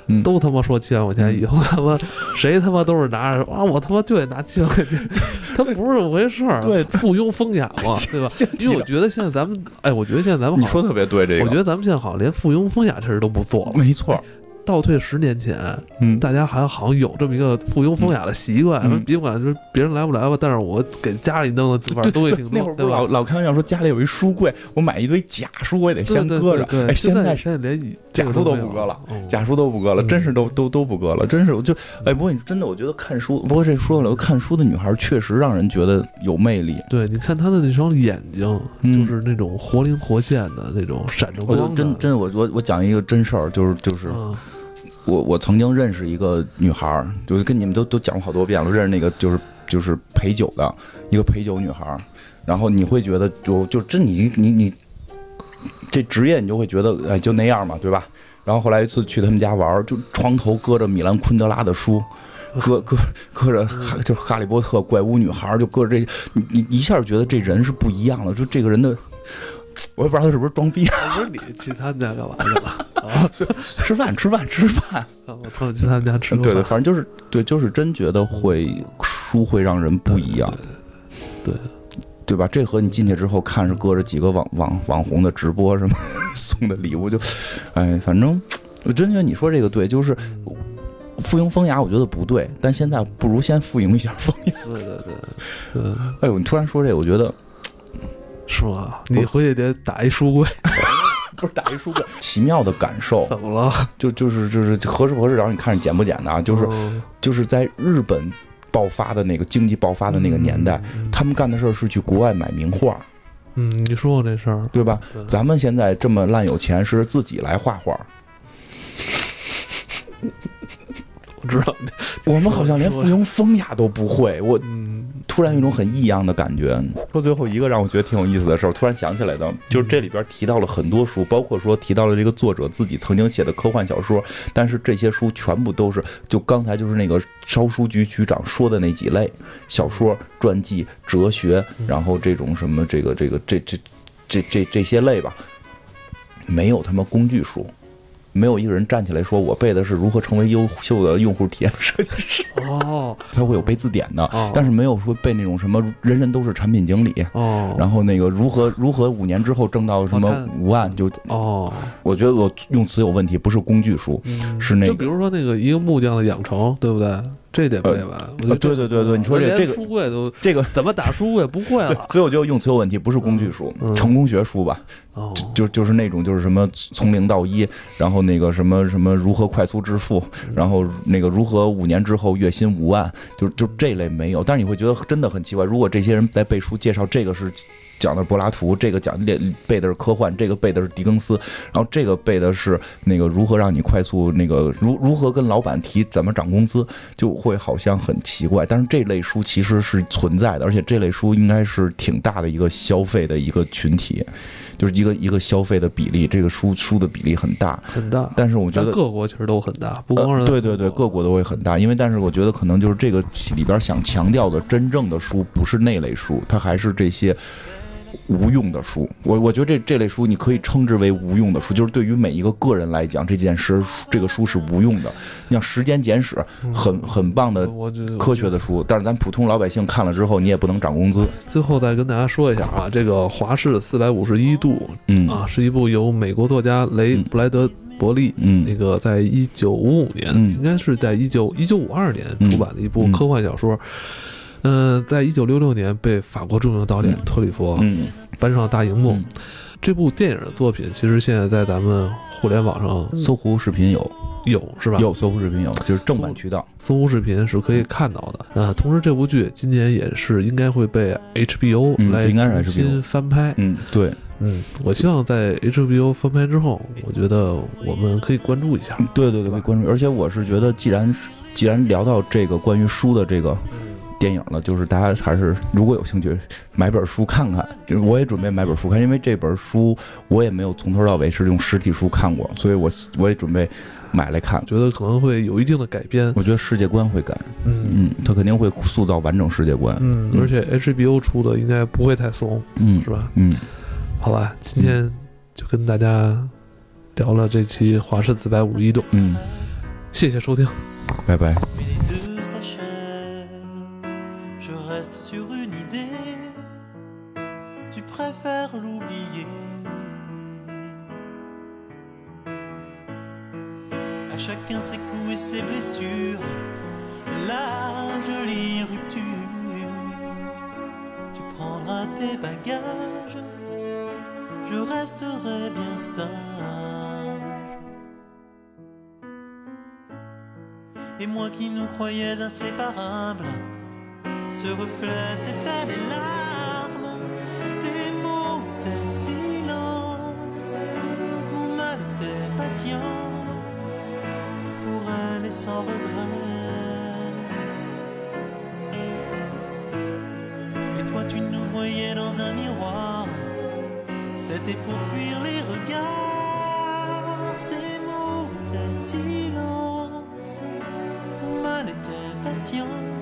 Speaker 3: 嗯、
Speaker 2: 都他妈说七万块钱，以后他妈谁他妈都是拿着啊，我他妈就得拿七万块钱，他不是这么回事儿。
Speaker 3: 对，
Speaker 2: 附庸风雅嘛，对吧？因为我觉得现在咱们，哎，我觉得现在咱们
Speaker 3: 你说特别对，这个，
Speaker 2: 我觉得咱们现在好像连附庸风雅这事都不做了，
Speaker 3: 没错。
Speaker 2: 倒退十年前，嗯，大家还好像有这么一个附庸风雅的习惯，嗯、别管就是别人来不来吧，但是我给家里弄的反正东西挺多。
Speaker 3: 那会儿不是老老开玩笑说家里有一书柜，我买一堆假书我也得先搁着。哎，
Speaker 2: 现
Speaker 3: 在
Speaker 2: 现在连
Speaker 3: 假书都不搁了，哦、假书都不搁了，真是都都都不搁了，真是我就哎，不过你真的我觉得看书，不过这说了，看书的女孩确实让人觉得有魅力。
Speaker 2: 对，你看她的那双眼睛，嗯、就是那种活灵活现的那种闪着光的。
Speaker 3: 我真真我我我讲一个真事儿，就是就是。嗯我我曾经认识一个女孩，就是跟你们都都讲过好多遍了，认识那个就是就是陪酒的一个陪酒女孩，然后你会觉得就就真你你你这职业你就会觉得哎就那样嘛，对吧？然后后来一次去他们家玩，就床头搁着米兰昆德拉的书，搁搁搁着哈就是哈利波特怪物女孩，就搁着这你你一下觉得这人是不一样的，就这个人的。我也不知道他是不是装逼。
Speaker 2: 不是你去他们家干嘛去了？啊，
Speaker 3: 吃饭吃饭吃饭。
Speaker 2: 我特去他们家吃饭。
Speaker 3: 对对，反正就是对，就是真觉得会书会让人不一样。
Speaker 2: 对对, 对,
Speaker 3: 对吧？这和你进去之后看是搁着几个网网网红的直播什么送的礼物就，哎，反正我真觉得你说这个对，就是附庸风雅，我觉得不对，但现在不如先附庸一下风雅。
Speaker 2: 对对对对。
Speaker 3: 哎呦，你突然说这个，我觉得。
Speaker 2: 是吗？你回去得打一书柜，
Speaker 3: 不是打一书柜，奇妙的感受。
Speaker 2: 怎么了？
Speaker 3: 就就是就是合适不合适，然后你看着简不简单啊？就是、嗯、就是在日本爆发的那个经济爆发的那个年代，嗯嗯、他们干的事儿是去国外买名画。
Speaker 2: 嗯，你说过这事儿
Speaker 3: 对吧？对，咱们现在这么烂有钱，是自己来画画。
Speaker 2: 我知道，
Speaker 3: 我们好像连附庸风雅都不会。我突然有一种很异样的感觉。说最后一个让我觉得挺有意思的事儿，突然想起来的，就是这里边提到了很多书，包括说提到了这个作者自己曾经写的科幻小说，但是这些书全部都是就刚才就是那个烧书局局长说的那几类小说、传记、哲学，然后这种什么这个这个这这这这这些类吧，没有他妈工具书。没有一个人站起来说我背的是如何成为优秀的用户体验设计师
Speaker 2: 哦，
Speaker 3: 他会有背字典的，哦、但是没有说背那种什么人人都是产品经理哦，然后那个如何如何五年之后挣到什么五万就哦，我觉得我用词有问题，不是工具书，嗯、是那个，
Speaker 2: 就比如说那个一个木匠的养成，对不对？这得背吧？
Speaker 3: 呃、对对对对，你说这这个
Speaker 2: 书柜都
Speaker 3: 这个
Speaker 2: 怎么打书柜不会了？
Speaker 3: 所以我觉得用词有问题，不是工具书，嗯、成功学书吧？哦，就就是那种就是什么从零到一，然后那个什么什么如何快速致富，然后那个如何五年之后月薪五万，就就这类没有。但是你会觉得真的很奇怪，如果这些人在背书介绍这个是。讲的柏拉图，这个讲背的是科幻，这个背的是狄更斯，然后这个背的是那个如何让你快速那个如如何跟老板提怎么涨工资，就会好像很奇怪。但是这类书其实是存在的，而且这类书应该是挺大的一个消费的一个群体，就是一个一个消费的比例，这个书书的比例很大
Speaker 2: 很大。
Speaker 3: 但是我觉得
Speaker 2: 各国其实都很大，不光是、
Speaker 3: 呃、对对对，各国都会很大。因为但是我觉得可能就是这个里边想强调的真正的书不是那类书，它还是这些。无用的书，我我觉得这这类书你可以称之为无用的书，就是对于每一个个人来讲，这件事这个书是无用的。你像《时间简史》，很很棒的科学的书，但是咱普通老百姓看了之后，你也不能涨工资。
Speaker 2: 最后再跟大家说一下啊，这个《华氏四百五十一度》
Speaker 3: 嗯
Speaker 2: 啊，是一部由美国作家雷布莱德伯利
Speaker 3: 嗯
Speaker 2: 那个在一九五五年，
Speaker 3: 嗯、
Speaker 2: 应该是在一九一九五二年出版的一部科幻小说。嗯嗯、呃，在一九六六年被法国著名导演特里弗搬上大荧幕。
Speaker 3: 嗯、
Speaker 2: 这部电影的作品其实现在在咱们互联网上
Speaker 3: 搜狐视频有
Speaker 2: 有是吧？
Speaker 3: 有搜狐视频有，就是正版渠道，
Speaker 2: 搜狐视频是可以看到的。啊、呃，同时这部剧今年也是应该会被 H B O 来重新翻拍。
Speaker 3: 嗯，对，
Speaker 2: 嗯，我希望在 H B O 翻拍之后，我觉得我们可以关注一下。
Speaker 3: 对对对，可以关注。而且我是觉得，既然既然聊到这个关于书的这个。电影了，就是大家还是如果有兴趣买本书看看，就是我也准备买本书看，因为这本书我也没有从头到尾是用实体书看过，所以我我也准备买来看，
Speaker 2: 觉得可能会有一定的改编。
Speaker 3: 我觉得世界观会改，
Speaker 2: 嗯
Speaker 3: 嗯，他肯定会塑造完整世界观，
Speaker 2: 嗯，而且 H B O 出的应该不会太怂，
Speaker 3: 嗯，
Speaker 2: 是吧？
Speaker 3: 嗯，
Speaker 2: 好吧，今天就跟大家聊了这期华氏四百五十一度，
Speaker 3: 嗯。
Speaker 2: 谢谢收听，
Speaker 3: 拜拜。
Speaker 1: Mais les deux s'achèvent. Je reste sur une idée. Tu préfères l'oublier. À chacun ses coups et ses blessures. La jolie rupture. Tu prendras tes bagages. Je resterai bien sage. Et moi qui nous croyais inséparables, ce reflet c'était des larmes. Ces mots étaient silence, mon mal était patience, pour elle et sans regret. Et toi tu nous voyais dans un miroir, c'était pour fuir les regards. Ces mots étaient silence, mon mal était patience,